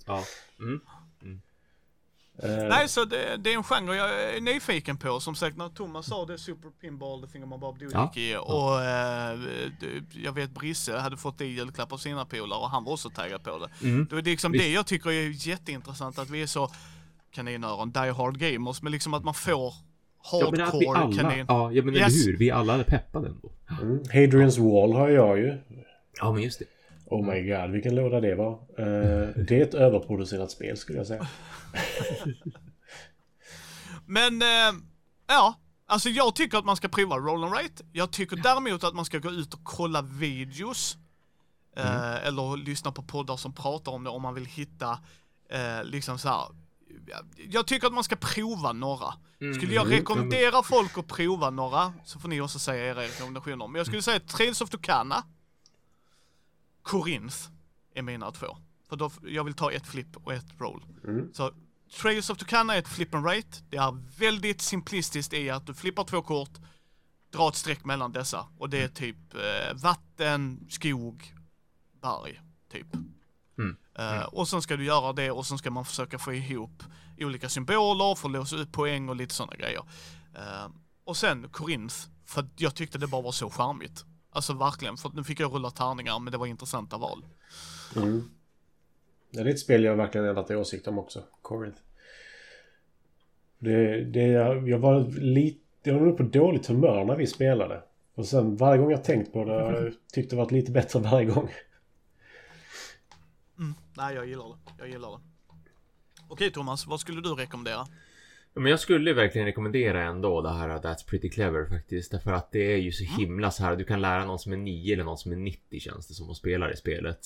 Nej, så det är en genre jag är nyfiken på. Som sagt, när Thomas sa det, Super Pinball, det fick man bara Dodiki. Och jag vet Brisse hade fått det i julklapp av sina polare och han var också taggad på det. Det är liksom det jag tycker är jätteintressant, att vi är så kaninöron, die hard gamers, men liksom att man får hardcore kanin. Ja, men eller hur? Vi alla är peppade ändå. Hadrian's Wall har jag ju. Ja, men just det. Oh my god, vilken låda det var. Det är ett överproducerat spel skulle jag säga. Men, ja. Alltså jag tycker att man ska prova roll and rate. Jag tycker däremot att man ska gå ut och kolla videos. Eller lyssna på poddar som pratar om det om man vill hitta liksom så här. Jag tycker att man ska prova några. Skulle jag rekommendera folk att prova några, så får ni också säga era rekommendationer. Men jag skulle säga Trails of Tucana, Corinth är mina 2. För då, jag vill ta ett flip och ett roll. Så Trails of Tucana är ett flip and rate. Det är väldigt simplistiskt i att du flippar 2 kort, drar ett streck mellan dessa. Och det är typ vatten, skog, berg, typ. Och sen ska du göra det och sen ska man försöka få ihop olika symboler för att låsa ut poäng och lite sådana grejer. Och sen Corinth, för jag tyckte det bara var så charmigt. Alltså verkligen, för nu fick jag rulla tärningar, men det var intressanta val. Det är ett spel jag verkligen ändrat åsikt om också, Corinth. Jag var nog på dåligt humör när vi spelade. Och sen varje gång jag tänkt på det, jag tyckte det var lite bättre varje gång. Nej, jag gillar det. Okej Thomas, vad skulle du rekommendera? Men jag skulle verkligen rekommendera ändå det här That's Pretty Clever faktiskt. Därför att det är ju så himla så här. Du kan lära någon som är 9 eller någon som är 90 känns det som att spela i spelet.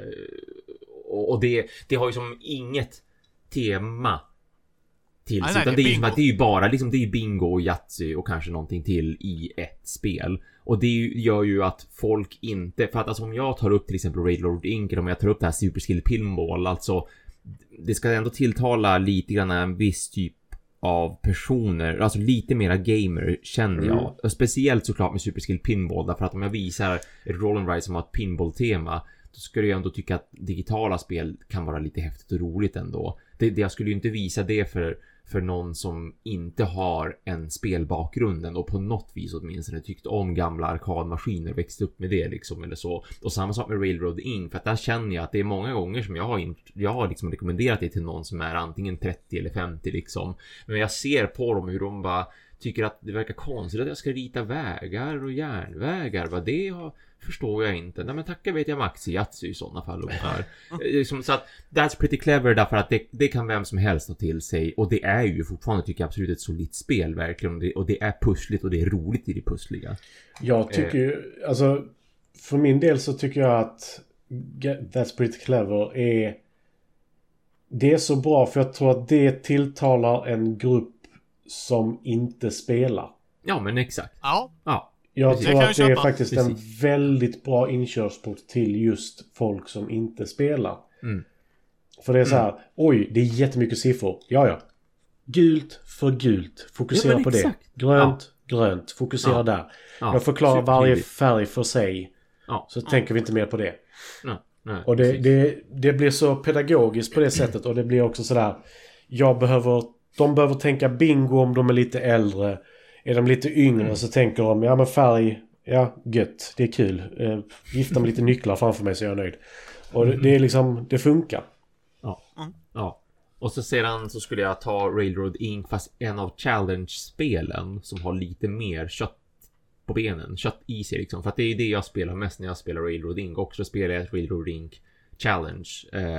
Och det har ju som inget tema till sig. Utan det är ju bara liksom, det är bingo och Yatzy och kanske någonting till i ett spel. Och det gör ju att folk inte, för att alltså om jag tar upp till exempel Railroad Inc. eller om jag tar upp det här Super Skill Pinball, alltså det ska ändå tilltala lite grann en viss typ av personer, alltså lite mera gamer känner jag. Och speciellt såklart med Super Skill Pinball, därför att om jag visar ett Roll and Ride som har ett pinball-tema, då skulle jag ändå tycka att digitala spel kan vara lite häftigt och roligt ändå. Jag skulle ju inte visa det för någon som inte har en spelbakgrund och på något vis åtminstone tyckt om gamla arkadmaskiner, växt upp med det liksom eller så. Och samma sak med Railroad Inc. För att där känner jag att det är många gånger som jag har liksom rekommenderat det till någon som är antingen 30 eller 50 liksom. Men jag ser på dem hur de bara tycker att det verkar konstigt att jag ska rita vägar och järnvägar. Vad det har förstår jag inte. Nej men tacka vet jag Max i Yatzy i sådana fall ungefär. Så att That's Pretty Clever därför att det kan vem som helst ta till sig. Och det är ju fortfarande tycker jag absolut ett solidt spel verkligen. Och det är pussligt och det är roligt i det pussliga. Jag tycker ju, alltså för min del så tycker jag att That's Pretty Clever det är så bra för jag tror att det tilltalar en grupp som inte spelar. Ja men exakt. Ja. Jag tror att det är faktiskt en väldigt bra inkörsport till just folk som inte spelar. För det är så här, oj, det är jättemycket siffror. Ja. Gult för gult. Fokusera på det. Grönt. Fokusera där. Ja. Jag förklarar varje färg för sig. Så tänker vi inte mer på det. Nej, och det blir så pedagogiskt på det sättet. Och det blir också så där, de behöver tänka bingo om de är lite äldre. Är de lite yngre så tänker de, ja men färg, ja gött, det är kul. Gifta med lite nycklar framför mig så jag är nöjd. Och det är liksom, det funkar. Ja. Och så sedan så skulle jag ta Railroad Inc. fast en av challenge-spelen som har lite mer kött på benen. Kött i sig liksom. För att det är det jag spelar mest när jag spelar Railroad Inc. Också spelar jag ett Railroad Inc. Challenge.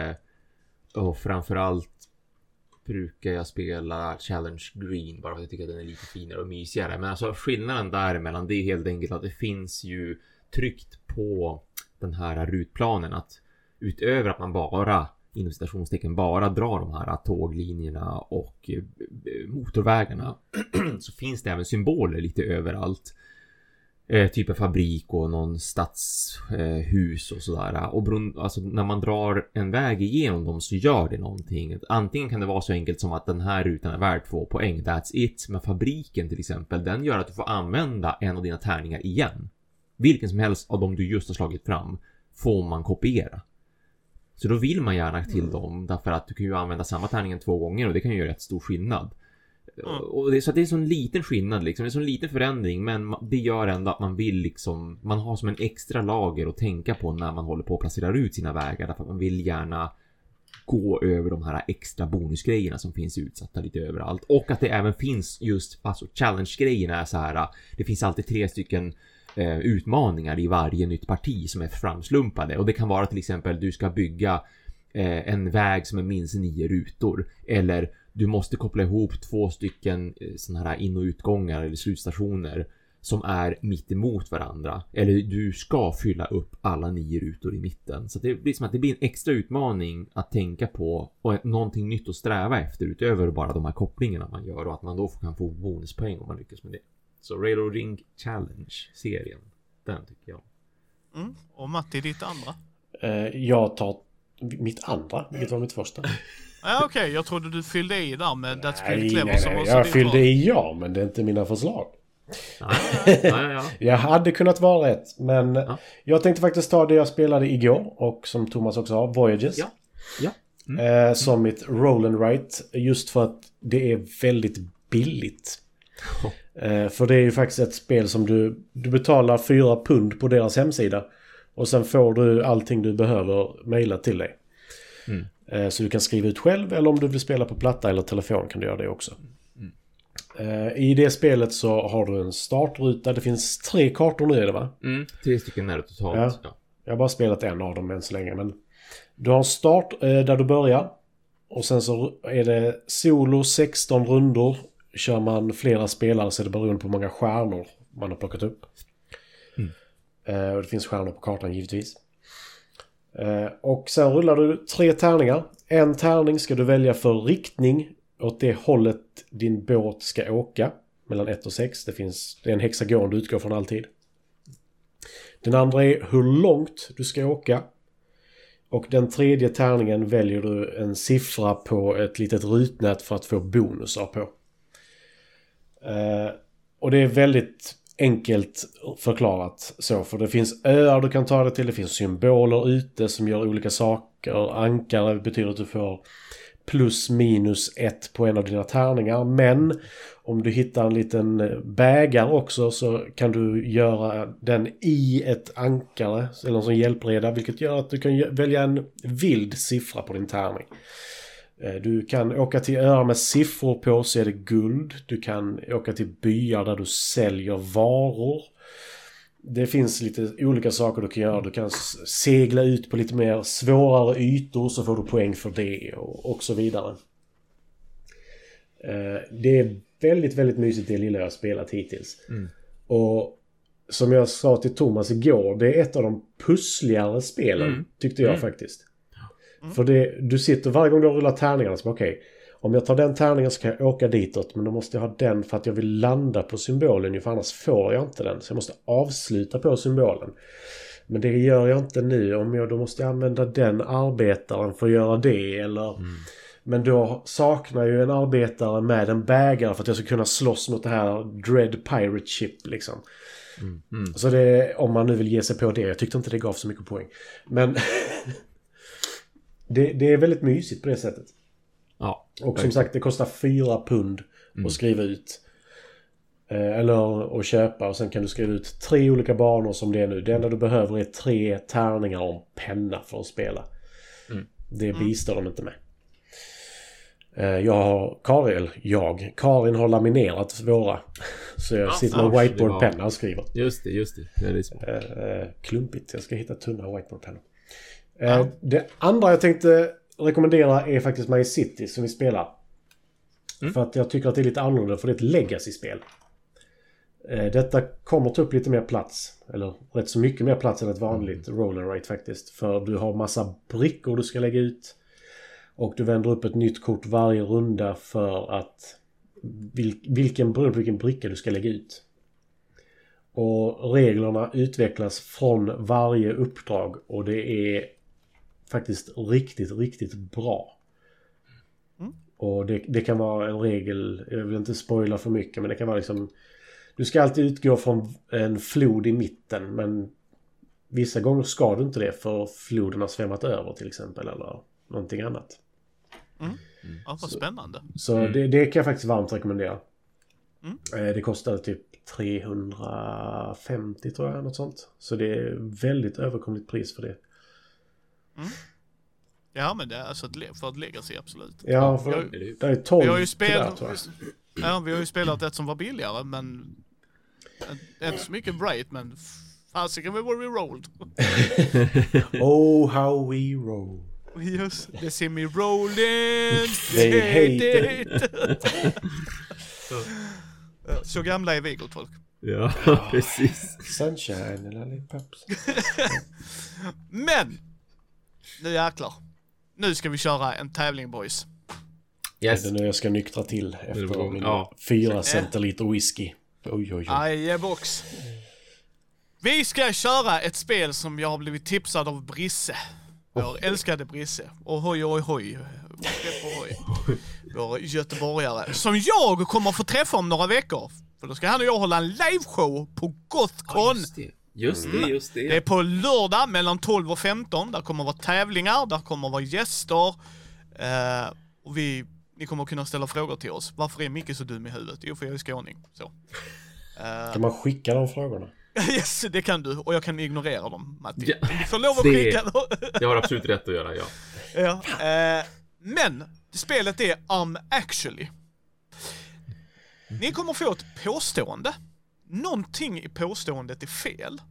Och framförallt brukar jag spela Challenge Green bara för att jag tycker att den är lite finare och mysigare. Men alltså skillnaden däremellan det är helt enkelt att det finns ju tryckt på den här rutplanen att utöver att man bara inom citationstecken bara drar de här tåglinjerna och motorvägarna så finns det även symboler lite överallt. Typ en fabrik och någon stadshus och sådär. Och alltså, när man drar en väg igenom dem så gör det någonting. Antingen kan det vara så enkelt som att den här rutan är värd 2 poäng, that's it. Men fabriken till exempel, den gör att du får använda en av dina tärningar igen. Vilken som helst av dem du just har slagit fram får man kopiera. Så då vill man gärna till dem därför att du kan ju använda samma tärningen 2 gånger och det kan ju göra rätt stor skillnad. Och så att det är så en liten skillnad liksom. Det är så en liten förändring men det gör ändå att man vill liksom, man har som en extra lager att tänka på när man håller på att placera ut sina vägar därför att man vill gärna gå över de här extra bonusgrejerna som finns utsatta lite överallt. Och att det även finns just, alltså challenge-grejerna är så här, det finns alltid 3 stycken utmaningar i varje nytt parti som är framslumpade. Och det kan vara till exempel du ska bygga en väg som är minst 9 rutor. Eller du måste koppla ihop 2 stycken sådana här in- och utgångar eller slutstationer som är mitt emot varandra. Eller du ska fylla upp alla 9 rutor i mitten. Så det blir som att det blir en extra utmaning att tänka på och någonting nytt att sträva efter utöver bara de här kopplingarna man gör, och att man då kan få bonuspoäng om man lyckas med det. Så Railroad Ring Challenge-serien, den tycker jag. Och Matti, ditt andra? Jag tar mitt andra, vilket var mitt första. Ja, okej. Jag trodde du fyllde i där med That's Pretty Clever. Nej. Jag fyllde i men det är inte mina förslag. Ja. Jag hade kunnat vara rätt, men jag tänkte faktiskt ta det jag spelade igår, och som Thomas också har, Voyages. Ja. Som mitt roll and write, just för att det är väldigt billigt. För det är ju faktiskt ett spel som du betalar 4 pund på deras hemsida, och sen får du allting du behöver mejlat till dig. Så du kan skriva ut själv, eller om du vill spela på platta eller telefon kan du göra det också. I det spelet så har du en startruta. Det finns 3 kartor nu, är det va? 3 stycken är det totalt. Ja. Jag har bara spelat en av dem än så länge. Men du har en start där du börjar. Och sen så är det solo 16 rundor. Kör man flera spelare så är det beroende på hur många stjärnor man har plockat upp. Och det finns stjärnor på kartan givetvis. Och sen rullar du 3 tärningar. En tärning ska du välja för riktning åt det hållet din båt ska åka. Mellan 1 och 6. Det är en hexagon du utgår från alltid. Den andra är hur långt du ska åka. Och den tredje tärningen väljer du en siffra på ett litet rutnät för att få bonusar på. Och det är väldigt enkelt förklarat så. För det finns öar du kan ta det till. Det finns symboler ute som gör olika saker. Ankare betyder att du får plus minus 1 på en av dina tärningar. Men om du hittar en liten bägare också så kan du göra den i ett ankare eller en sån hjälpreda, vilket gör att du kan välja en vild siffra på din tärning. Du kan åka till öar med siffror på, så är det guld. Du kan åka till byar där du säljer varor. Det finns lite olika saker du kan göra. Du kan segla ut på lite mer svårare ytor, så får du poäng för det och så vidare. Det är väldigt, väldigt mysigt, det lilla jag har spelat hittills. Och som jag sa till Thomas igår, det är ett av de pussligare spelen, tyckte jag faktiskt. För du sitter varje gång du rullar tärningarna som okej, om jag tar den tärningen så kan jag åka ditåt, men då måste jag ha den för att jag vill landa på symbolen, för annars får jag inte den. Så jag måste avsluta på symbolen. Men det gör jag inte nu. Då måste jag använda den arbetaren för att göra det. Eller... Men då saknar ju en arbetare med en bägare för att jag ska kunna slåss mot det här Dread Pirate Ship liksom. Så det, om man nu vill ge sig på det. Jag tyckte inte det gav så mycket poäng. Men det är väldigt mysigt på det sättet. Ja, och som sagt, det kostar 4 pund att skriva ut. Eller att köpa. Och sen kan du skriva ut 3 olika banor som det är nu. Det enda du behöver är 3 tärningar och penna för att spela. Det bistår de inte med. Karin har laminerat våra. Så jag sitter med whiteboardpenna och skriver. Just det. Det är liksom. Klumpigt. Jag ska hitta tunna whiteboardpennor. Det andra jag tänkte rekommendera är faktiskt My City som vi spelar. För att jag tycker att det är lite annorlunda, för det är ett legacy-spel. Detta kommer ta upp lite mer plats. Eller rätt så mycket mer plats än ett vanligt roll and write faktiskt. För du har massa brickor du ska lägga ut. Och du vänder upp ett nytt kort varje runda för att vilken bricka du ska lägga ut. Och reglerna utvecklas från varje uppdrag. Och det är faktiskt riktigt, riktigt bra. Och det kan vara en regel, jag vill inte spoila för mycket, men det kan vara liksom, du ska alltid utgå från en flod i mitten, men vissa gånger ska du inte det för floden har svämmat över till exempel, eller någonting annat. Ja, vad spännande. Så det kan jag faktiskt varmt rekommendera. Det kostade typ 350 tror jag, något sånt. Så det är väldigt överkomligt pris för det. Ja, men det är alltså för ett legacy, absolut. Ja, för det är 12 vi har ju spelat ett som var billigare, men Inte så mycket bright, men fasiken we rolled. Oh, how we roll. Just, they see me rolling. They hate it. Så gamla är vi, gott folk. Ja, precis. Sunshine and lollipops. Men, nu jäklar. Nu ska vi köra en tävling, boys. Yes. Det är nu jag ska nyktra till efter min Ja. 4 centiliter whisky. Oj. Box. Vi ska köra ett spel som jag har blivit tipsad av Brisse. Vår älskade Brisse. Och hoj. Vår göteborgare. Som jag kommer få träffa om några veckor. För då ska han och jag hålla en liveshow på Gothcon. Just det. Det är på lördag mellan 12 och 15. Där kommer vara tävlingar, där kommer vara gäster. Och ni kommer kunna ställa frågor till oss. Varför är Micke så dum i huvudet? Jo, för jag är skåning. Så. Kan man skicka de frågorna? Yes, det kan du. Och jag kan ignorera dem, Matti. Ja, Du får lov att skicka dem. Det har absolut rätt att göra, ja. Ja. Men spelet är Actually. Ni kommer få ett påstående. Någonting i påståendet är fel.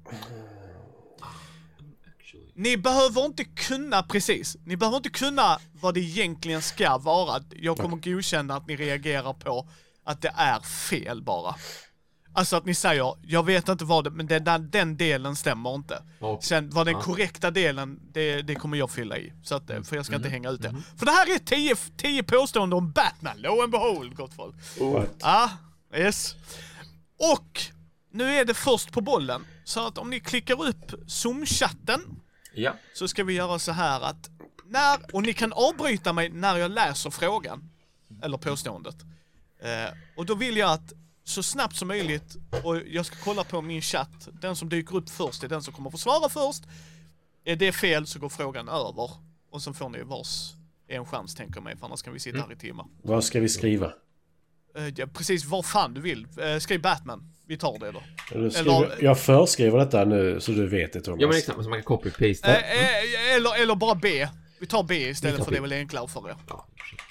Ni behöver inte kunna vad det egentligen ska vara. Jag kommer godkänna att ni reagerar på att det är fel bara. Alltså att ni säger, jag vet inte vad det, men den delen stämmer inte. Okay. Sen vad den korrekta delen, det kommer jag fylla i. Så att, för jag ska inte hänga ut det. För det här är 10 påståenden om Batman, lo and behold, gott folk. Yes. Och nu är det först på bollen. Så att om ni klickar upp Zoom-chatten, så ska vi göra så här att och ni kan avbryta mig när jag läser frågan eller påståendet. Och då vill jag att så snabbt som möjligt, och jag ska kolla på min chatt, den som dyker upp först är den som kommer få svara först. Är det fel så går frågan över. Och så får ni en chans, tänker mig, för annars kan vi sitta här i timmar. Vad ska vi skriva? Precis vad fan du vill. Skriv Batman. Vi tar det då. Jag förskriver detta nu så du vet det, Thomas. Ja, men exakt, så man kan copy-paste. Eller bara B. Vi tar B istället, för det är väl enklare för er. Ja.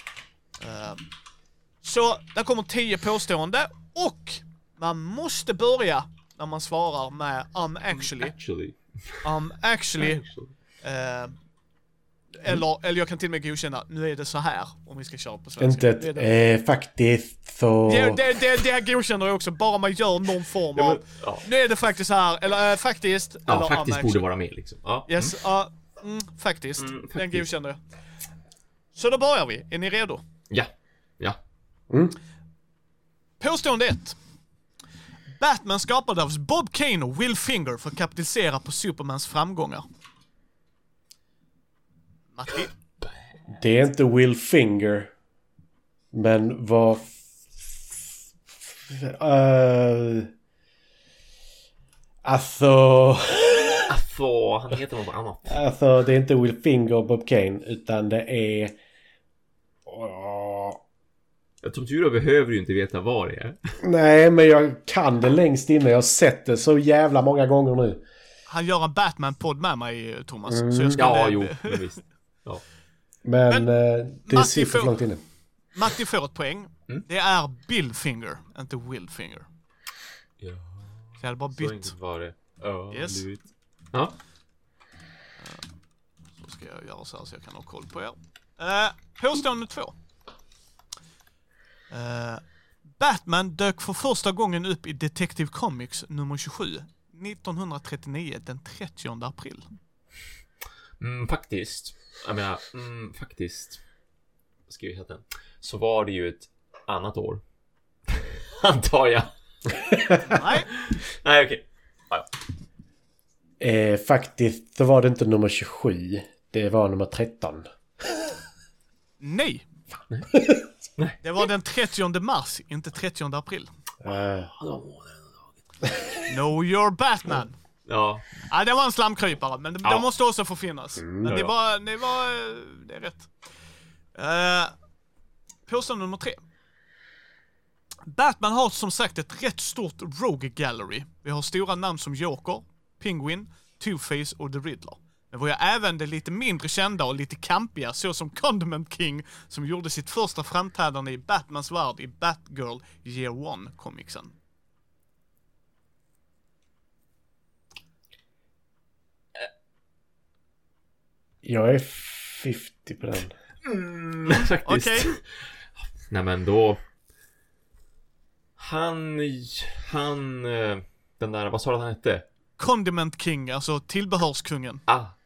Så där kommer 10 påstående. Och man måste börja när man svarar med actually. Eller jag kan till och med godkänna, nu är det så här, om vi ska köra på svenska. Inte faktiskt så... Det godkänner jag också, bara man gör någon form av... Nu är det faktiskt så här, eller faktiskt... Ja, eller, faktiskt borde vara med liksom. Yes, faktiskt. Den godkänner jag. Så då börjar vi. Är ni redo? Ja. Påstående 1. Batman skapade av Bob Kane och Will Finger för att kapitalisera på Supermans framgångar. Matti? Det är inte Will Finger. Men vad... Alltså, han heter något annat. Alltså, det är inte Will Finger och Bob Kane, utan det är... Som tur behöver du inte veta vad det är. Nej, men jag kan det längst inne. Jag har sett det så jävla många gånger nu. Han gör en Batman-podd med mig, Thomas. Så jag men visst. Ja. Men det sitter för långt inne. Matti får ett poäng. Det är Bill Finger, inte Will Finger. Ja. Så jag hade bara bytt. Så var det. Yes. Ja. Så ska jag göra så här så jag kan ha koll på er. Påstående 2. Batman dök för första gången upp i Detective Comics nummer 27 1939, den 30 april. Faktiskt. Jag menar, faktiskt. Vad ska vi heta? Så var det ju ett annat år. Antar jag. Nej, okej. Faktiskt så var det inte nummer 27. Det var nummer 13. Nej. Det var den 30 mars, inte 30 april. Know your Batman. Ja. Det var en slamkrypare, men de måste också få finnas. Men det är rätt. Påstående nummer 3. Batman har som sagt ett rätt stort Rogue Gallery. Vi har stora namn som Joker, Penguin, Two-Face och The Riddler. Men vi har även det lite mindre kända och lite kampiga, så som Condiment King, som gjorde sitt första framträdande i Batmans värld i Batgirl Year One-comicsen. Jag är 50 på den. Faktiskt. Okej. Nej men då... Den där, vad sa du att han hette? Condiment King, alltså tillbehörskungen.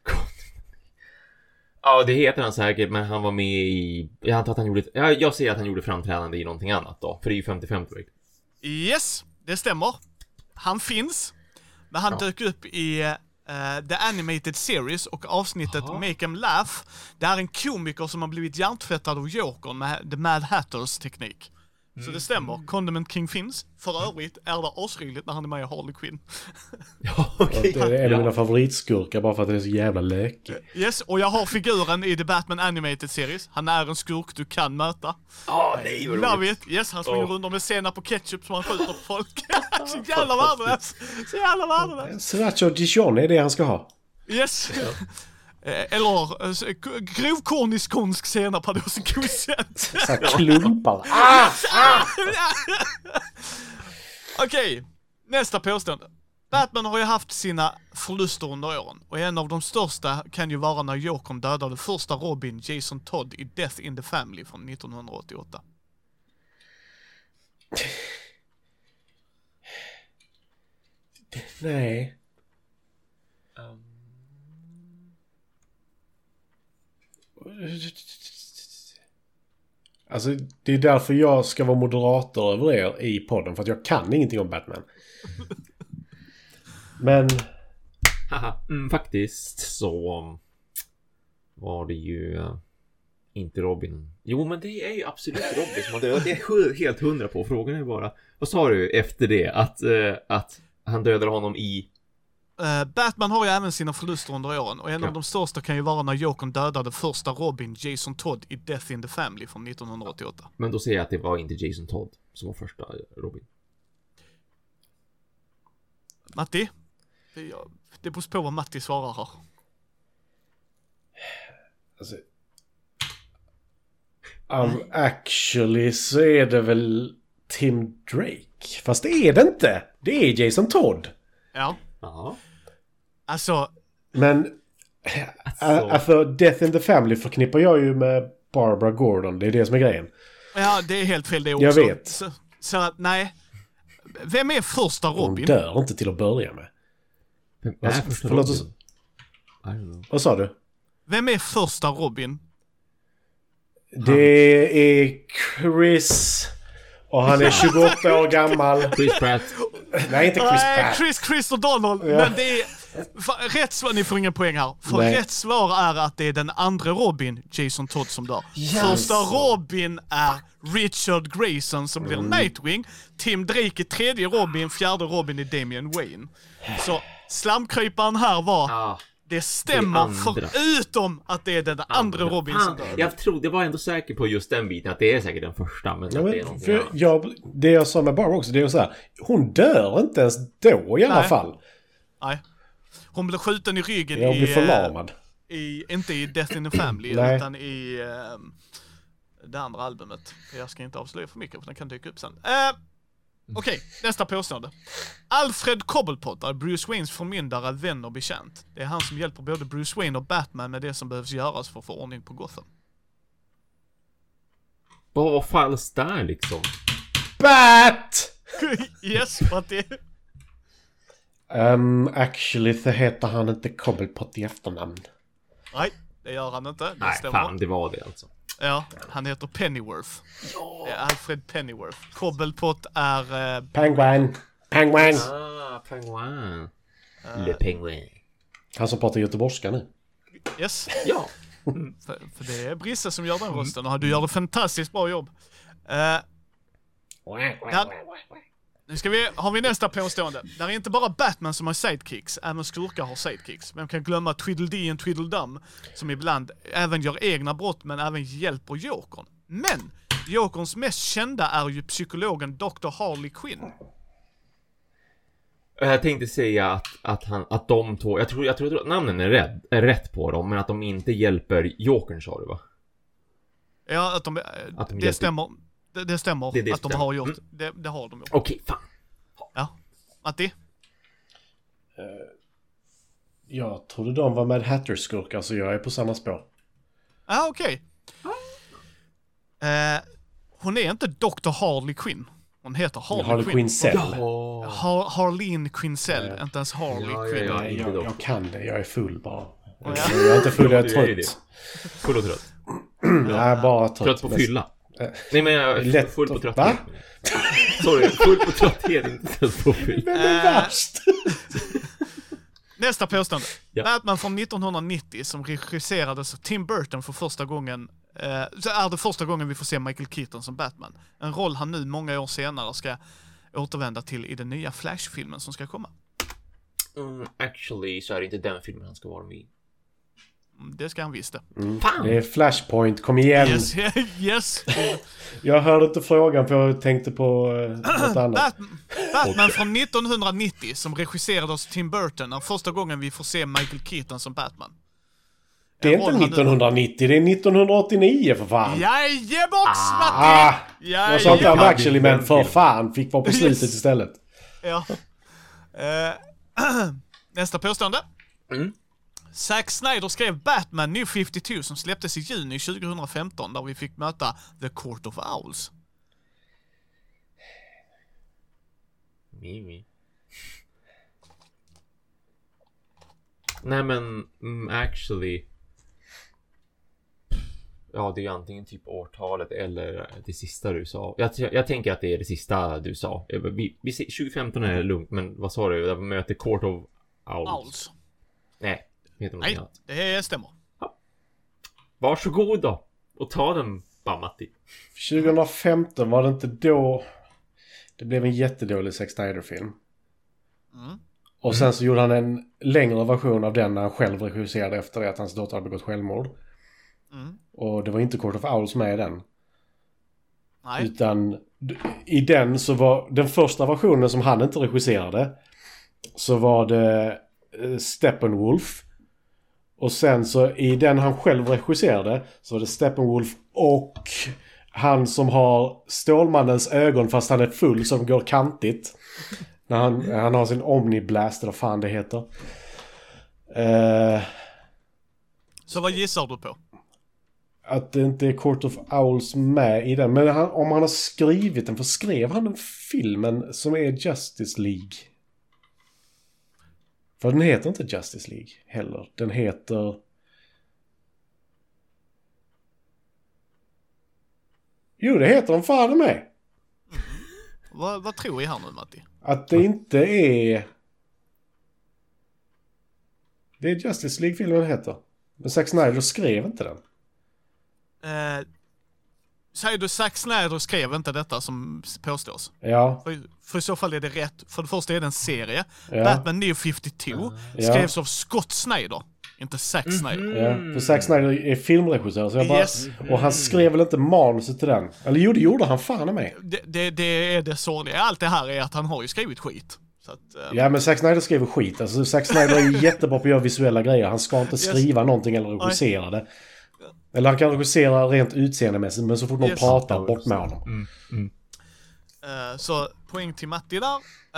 Ja, det heter han säkert, men han var med i... Jag antar att han gjorde... Jag ser att han gjorde framträdande i någonting annat då. För det är ju 55 direkt. Yes, det stämmer. Han finns. Men han dök upp i The Animated Series och avsnittet Make 'em Laugh. Det är en komiker som har blivit hjärntvättad av Jokern med The Mad Hatters teknik. Så det stämmer, Condiment King finns. För övrigt är det asroligt när han är med i Harley Quinn. Ja, okej. Det är en av mina favoritskurkar bara för att det är så jävla lökig. Yes, och jag har figuren i The Batman Animated Series. Han är en skurk du kan möta. Nej, vad Love roligt. it. Yes, han springer runt med senap på ketchup som han skjuter på folk. Så jävla värdelös. Så jävla värdelös. Sriracha Dijon är det han ska ha. Yes. Eller grovkornig skånsk senap hade också godkänt. Så klumpar. Okej, nästa påstående. Batman har ju haft sina förluster under åren. Och en av de största kan ju vara när Jokern dödade första Robin, Jason Todd, i Death in the Family från 1988. Nej. Alltså, det är därför jag ska vara moderator över er i podden. För att jag kan ingenting om Batman. Men... Faktiskt så var det ju inte Robin. Jo, men det är ju absolut Robin som har dödat. Det är helt 100 på. Frågan är bara, vad sa du efter det? Att han dödade honom i... Batman har ju även sina förluster under åren. Och en av de största kan ju vara när Jokern dödade första Robin, Jason Todd, i Death in the Family från 1988. Men då säger jag att det var inte Jason Todd som var första Robin. Matti? Det beror på vad Matti svarar här. Alltså... actually så är det väl Tim Drake. Fast det är det inte. Det är Jason Todd. Ja. Ja. Alltså... Men... Alltså, Death in the Family förknippar jag ju med Barbara Gordon. Det är det som är grejen. Ja, det är helt fel det också. Jag vet. Så att, nej. Vem är första Robin? Hon dör inte till att börja med. Alltså, förlåt oss. Vad sa du? Vem är första Robin? Det är Chris... Och han är 28 år gammal. Chris Pratt. Nej, inte Chris Pratt. Chris O'Donnell. Ja. Men det är... Rätt svar, ni får ingen poäng här. För rätt svar är att det är den andra Robin, Jason Todd, som dör. Yes. Första Robin är Richard Grayson som blir Nightwing. Tim Drake är tredje Robin, fjärde Robin är Damian Wayne. Så slamkryparen här var... Det stämmer förutom att det är den andra Robin som dör. Jag var ändå säker på just den biten, att det är säkert den första. Men att det är någonting annat. Det jag sa med Barbara också, det är så här, hon dör inte ens då i alla fall. Nej. Hon blev skjuten i ryggen jag blir förlamad. Inte i Death in the Family utan i det andra albumet. Jag ska inte avslöja för mycket för den kan dyka upp sen. Okej, nästa påstående. Alfred Cobblepot är Bruce Waynes förmyndare, vän och bekänt. Det är han som hjälper både Bruce Wayne och Batman med det som behövs göras för att få ordning på Gotham. Vad var falskt där liksom? Bat! Yes, vad det actually så heter han inte Cobblepot i efternamn. Nej, det gör han inte. Det nej, stämmer. Fan, det var det alltså. Ja, han heter Pennyworth. Ja. Det är Alfred Pennyworth. Cobblepot är... Penguin. Penguin. Le Penguin. Han som pratar göteborgska nu. Yes. Ja. För det är Brisse som gör den rösten och du gör det fantastiskt bra jobb. Nu har vi nästa påstående. Det är inte bara Batman som har sidekicks, även skurkar har sidekicks. Vem kan glömma Tweedledee och Tweedledum som ibland även gör egna brott men även hjälper Jokern. Men Jokerns mest kända är ju psykologen Dr. Harley Quinn. Jag tänkte säga att de två, jag tror att namnen är rätt på dem, men att de inte hjälper Jokern, sa du va? Ja, att de det stämmer. Det stämmer att de har gjort. Det har de gjort. Okej, fan. Ja. Matti? Jag trodde de var med Hatter-skurkar, så jag är på samma spår. Ja, okej. Hon är inte Dr. Harley Quinn. Hon heter Harley Quinn. Quinzel. Harleen Quinzel, inte ens Harley Quinn. Nej, jag kan det. Jag är full bara. Jag är inte full, jag är trött. Full och trött. Nej, bara trött. Trött på fylla. Nej, men jag är full på trötthet. Va? Sorry, full på trötthet, inte trött på fylla. Vem är värst? Nästa påstående. Ja. Batman från 1990 som regisserades av Tim Burton för första gången så är det första gången vi får se Michael Keaton som Batman. En roll han nu många år senare ska återvända till i den nya Flash-filmen som ska komma. Actually så är det inte den filmen han ska vara med i. Det ska han visst det. Det är Flashpoint, kom igen. Yes. Jag hörde inte frågan för jag tänkte på något annat. Batman från 1990 som regisserades av Tim Burton är första gången vi får se Michael Keaton som Batman. Det är inte 1990, det är 1989 för fan. Jajebox, Matti! Jag sa inte actually, men för fan fick vara på slutet istället. Ja. Nästa påstående. Zack Snyder skrev Batman New 52 som släpptes i juni 2015 där vi fick möta The Court of Owls. Mimi. Nej men actually. Ja, det är antingen typ årtalet eller det sista du sa. Jag tänker att det är det sista du sa. Vi 2015 är lugnt, men vad sa du? Vi möter Court of Owls. Nej, nej, det stämmer. Ja. Varsågod då och ta den, Matti. 2015 var det inte då det blev en jättedålig Zack Snyder-film. Och sen så gjorde han en längre version av den när han själv regisserade efter det att hans dotter hade begått självmord. Och det var inte Court of Owls med i den. Nej. Utan i den så var den första versionen som han inte regisserade, så var det Steppenwolf. Och sen så i den han själv regisserade så var det Steppenwolf och han som har Stålmannens ögon fast han är full som går kantigt. När han har sin Omniblast eller vad fan det heter. Så vad gissar du på? Att det inte är Court of Owls med i den. Men om han har skrivit den, för skrev han den filmen som är Justice League? För den heter inte Justice League heller. Den heter... Jo, det heter den fan med. Vad tror vi här nu, Matti? Att det inte är... Det är Justice League-filmen heter. Men Zack Snyder skrev inte den. Säger du Zack Snyder skrev inte detta som påstås? Ja. För i så fall är det rätt. För det första är det en serie. Ja. Batman New 52 skrevs av Scott Snyder. Inte Zack Snyder. Ja, för Zack Snyder är filmregissör. Så jag bara, och han skrev väl inte manuset till den? Eller jo, det gjorde han fan med. Det är det sorgliga. Allt det här är att han har ju skrivit skit. Så att, ja, men Zack Snyder skriver skit. Alltså, Zack Snyder är jättebra på att göra visuella grejer. Han ska inte skriva någonting eller regissera det. Eller han kan regissera rent utseendemässigt, men så fort någon pratar, bort med honom. Så poäng till Matti där.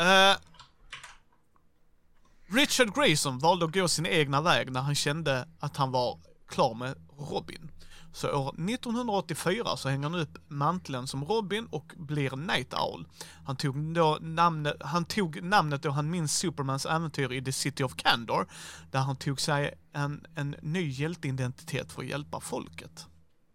Richard Grayson valde att gå sin egna väg när han kände att han var klar med Robin. Så år 1984 så hänger han upp manteln som Robin och blir Night Owl. Han tog namnet då han minns Supermans äventyr i The City of Kandor, där han tog sig en ny hjälteidentitet för att hjälpa folket.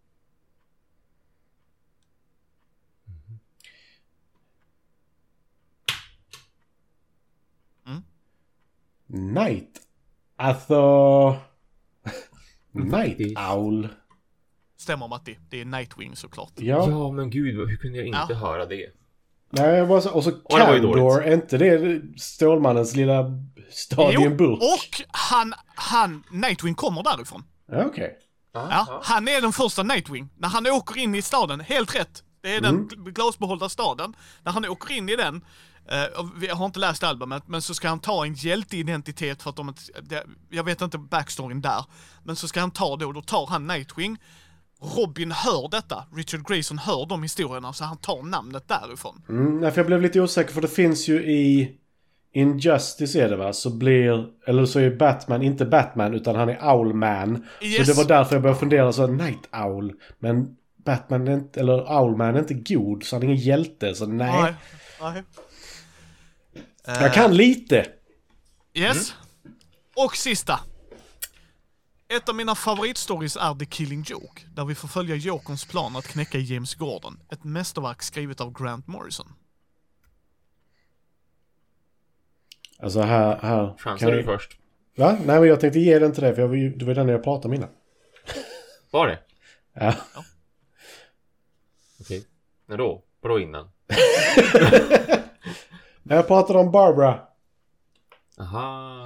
Night. Alltså... Night Owl. Stämmer, Matti. Det är Nightwing såklart. Ja, men gud, hur kunde jag inte höra det? Nej, och så Kandor, är inte det Stålmannens lilla stad i en burk? Och han Nightwing kommer därifrån. Ja, okej. Ja, han är den första Nightwing. När han åker in i staden, helt rätt. Det är den glasbehållda staden. När han åker in i den, jag har inte läst albumet, men så ska han ta en hjälteidentitet för att jag vet inte backstoryn där. Men så ska han då tar han Nightwing. Robin hör detta. Richard Grayson hör de historierna, så han tar namnet därifrån. Nej, för jag blev lite osäker, för det finns ju Injustice är det va? Så är Batman inte Batman utan han är Owlman. Yes. Så det var därför jag började fundera så Night Owl. Men Batman är inte, eller Owlman är inte god så han är ingen hjälte. Så nej. Jag kan lite. Yes. Och sista. Ett av mina favoritstories är The Killing Joke, där vi får följa Jokerns plan att knäcka James Gordon. Ett mästerverk skrivet av Grant Morrison. Alltså här Chansar du först? Va? Nej men jag tänkte ge den till dig för det var den jag pratade om innan. Var det? Ja. Okej. När då? Vadå innan? När jag pratade om Barbara. Aha.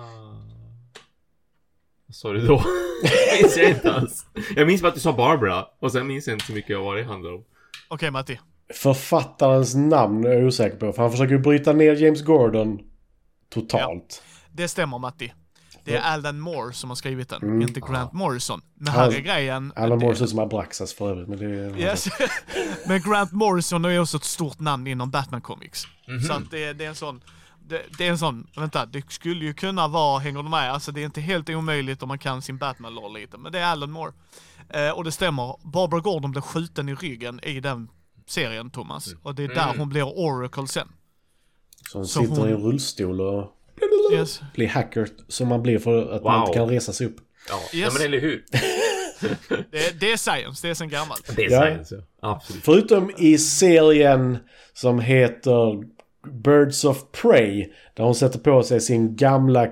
Vad sa du då? Jag minns jag inte alls. Jag minns bara att du sa Barbara. Och sen minns jag inte så mycket av vad det handlar om. Okej, Matti. Författarens namn är jag osäker på. För han försöker ju bryta ner James Gordon totalt. Ja, det stämmer, Matti. Det är Alan Moore som har skrivit den, inte Grant Morrison. Men här är grejen... Alan Moore ser som Abraxas för övrigt. Men, det är yes. Men Grant Morrison är ju också ett stort namn inom Batman Comics. Så att det är en sån... Det är en sån, vänta, det skulle ju kunna vara, hänger du med? Alltså det är inte helt omöjligt om man kan sin Batman-lore lite. Men det är Alan Moore. Och det stämmer, Barbara Gordon blir skjuten i ryggen i den serien, Thomas. Och det är där hon blir Oracle sen. Så hon sitter i en rullstol och blir hacker som man blir för att man inte kan resa sig upp. Ja, men eller hur? Det är science, det är sen gammalt. Det är science, ja. Absolut. Förutom i serien som heter Birds of Prey, där hon sätter på sig sin gamla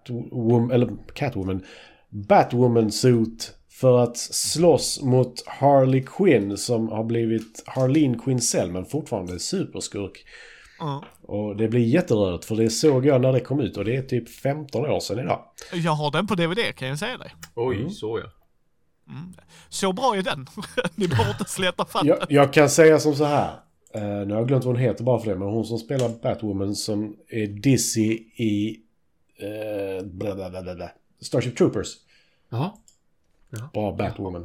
Batwoman-suit för att slåss mot Harley Quinn som har blivit Harleen Quinzel men fortfarande superskurk. Och det blir jätterörigt för det såg jag när det kom ut och det är typ 15 år sedan idag. Jag har den på DVD, kan jag säga dig. Oj, så ja. Så bra är den. Ni behöver inte släta fatt. Jag kan säga som så här. Nu har jag glömt vad hon heter bara för det, men hon som spelar Batwoman som är Dizzy i Starship Troopers. Jaha. Bra Batwoman.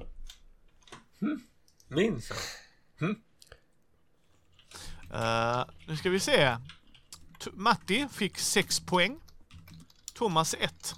Minns. Nu ska vi se. Matti fick 6 poäng. Thomas 1.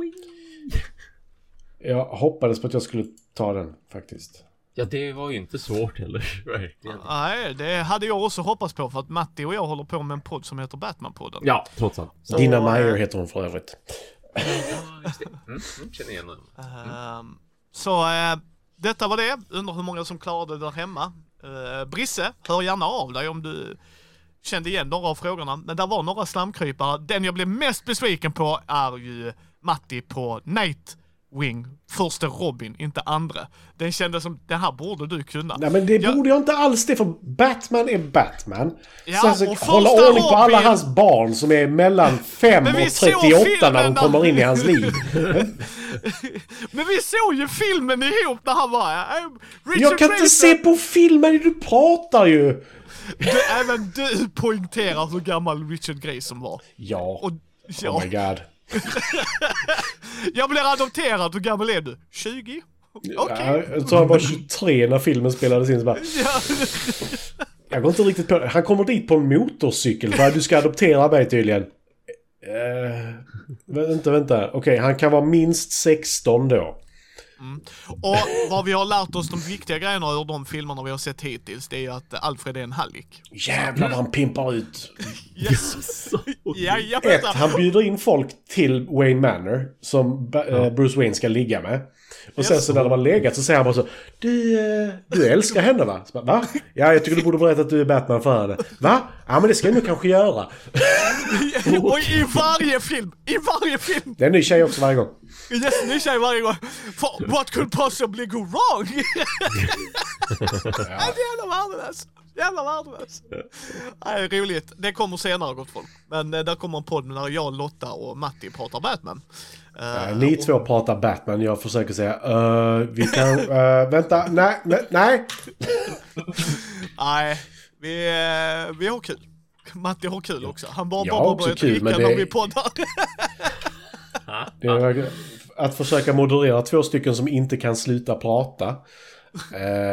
Jag hoppades på att jag skulle ta den faktiskt. Ja, det var ju inte svårt heller. Verkligen. Nej, det hade jag också hoppats på för att Matti och jag håller på med en podd som heter Batman-podden. Ja, trots allt. Dina Meyer heter hon för övrigt. Just det. Känner igen den. Så detta var det. Undrar hur många som klarade det där hemma. Brisse, hör gärna av dig om du kände igen några av frågorna. Men där var några slamkrypare. Den jag blev mest besviken på är ju Matti på Nightwing. Första Robin, inte andra. Den kändes som, det här borde du kunna. Nej men det borde jag inte alls det, för Batman är Batman. Ja, sen så hålla ordning på alla hans barn som är mellan 5 och 38 när de kommer in i hans liv. Men vi såg ju filmen ihop när han var jag kan inte se på filmen, du pratar ju. Även du poängterar hur gammal Richard Grayson var. Ja, och, oh my god. Jag blir adopterad, hur gammal är du? 20? Okay. Jag tror han var 23 när filmen spelades in så bara... Jag går inte riktigt på det. Han kommer dit på en motorcykel för att du ska adoptera mig tydligen. Vänta. Okej, han kan vara minst 16 då. Och vad vi har lärt oss de viktiga grejerna ur de filmerna vi har sett hittills, det är ju att Alfred är en hallick. Jävlar vad han pimpar ut. Yes. Han bjuder in folk till Wayne Manor som Bruce Wayne ska ligga med. Och sen så när de har legat så säger han bara så: Du älskar henne va? Så, va? Ja, jag tycker du borde berätta att du är Batman för henne. Va? Ja, men det ska jag nog kanske göra. Och i varje film! Det är en ny tjej också varje gång. Yes, ny tjej varje gång. What could possibly go wrong? Jävla värdelös. Nej, roligt. Det kommer senare, gott folk. Men där kommer en podd när jag, Lotta och Matti pratar Batman. Ni två pratar Batman. Jag försöker säga vi kan... vänta, nej. Nej, vi har kul. Matti har kul också. Han bara börjar dricka när vi poddar. Det är att försöka moderera 2 stycken som inte kan sluta prata.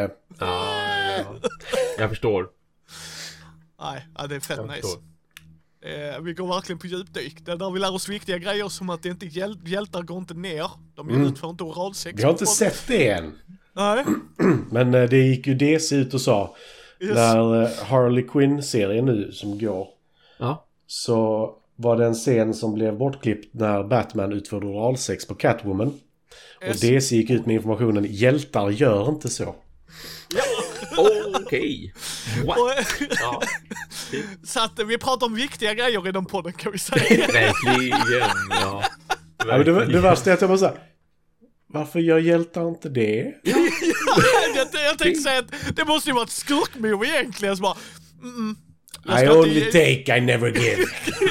Jag förstår. Nej, det är fett nice. Vi går verkligen på djupdyk. Där vi lär oss viktiga grejer som att det inte hjältar går inte ner. De utför inte oralsex. Vi har inte sett det än. Nej. Men det gick ju DC ut och sa. När Harley Quinn-serien nu som går. Ja. Så var det en scen som blev bortklippt när Batman utförde oralsex på Catwoman. Och DC gick ut med informationen, hjältar gör inte så. Okej. Ja. Så att vi pratar om viktiga grejer i den podden kan vi säga. Verkligen, ja. Men det värsta är att jag bara såhär, varför gör hjältar inte det? Jag tänkte säga att det måste ju vara ett skurkmove egentligen. Så bara, I only take, I never give.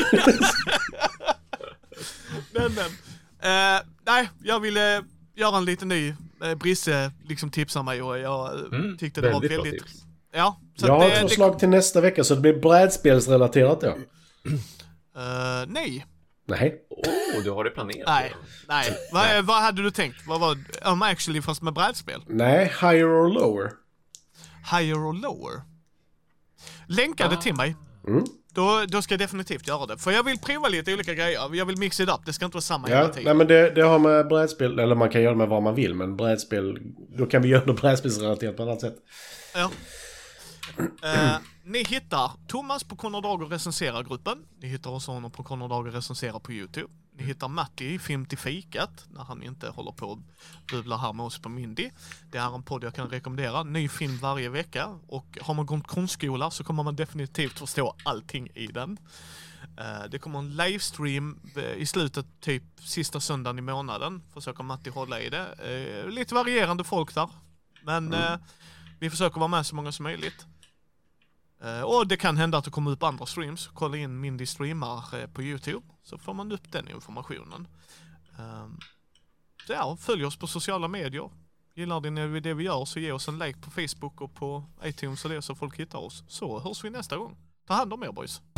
Nej, jag ville göra en liten ny. Brisse liksom tipsar mig och jag tyckte det var väldigt... Ja, så jag har ett förslag till nästa vecka så det blir brädspelsrelaterat då. Nej. Nej. Du har det planerat. Nej. Vad hade du tänkt? Vad var actually fast med brädspel? Nej, higher or lower. Higher or lower? Länka det till mig. Då ska jag definitivt göra det. För jag vill prova lite olika grejer. Jag vill mixa det upp. Det ska inte vara samma hela tiden. Nej, men det har med brädspel, eller man kan göra det med vad man vill, men brädspel, då kan vi göra det brädspelsrelaterat på ett annat sätt. Ja. Ni hittar Thomas på Conor Dager recenserar-gruppen. Ni hittar också honom på Conor Dager recenserar på YouTube. Ni hittar Matti i Film till fikat när han inte håller på och bubblar här med oss på Mindy. Det är en podd jag kan rekommendera. Ny film varje vecka. Och har man gått konstskola så kommer man definitivt förstå allting i den. Det kommer en livestream i slutet, typ sista söndagen i månaden. Försöker Matti hålla i det. Lite varierande folk där. Men vi försöker vara med så många som möjligt. Och det kan hända att det kommer upp andra streams. Kolla in Mindy streamar på YouTube så får man upp den informationen. Så ja, följ oss på sociala medier. Gillar ni det vi gör så ge oss en like på Facebook och på iTunes och det så folk hittar oss. Så hörs vi nästa gång. Ta hand om er boys.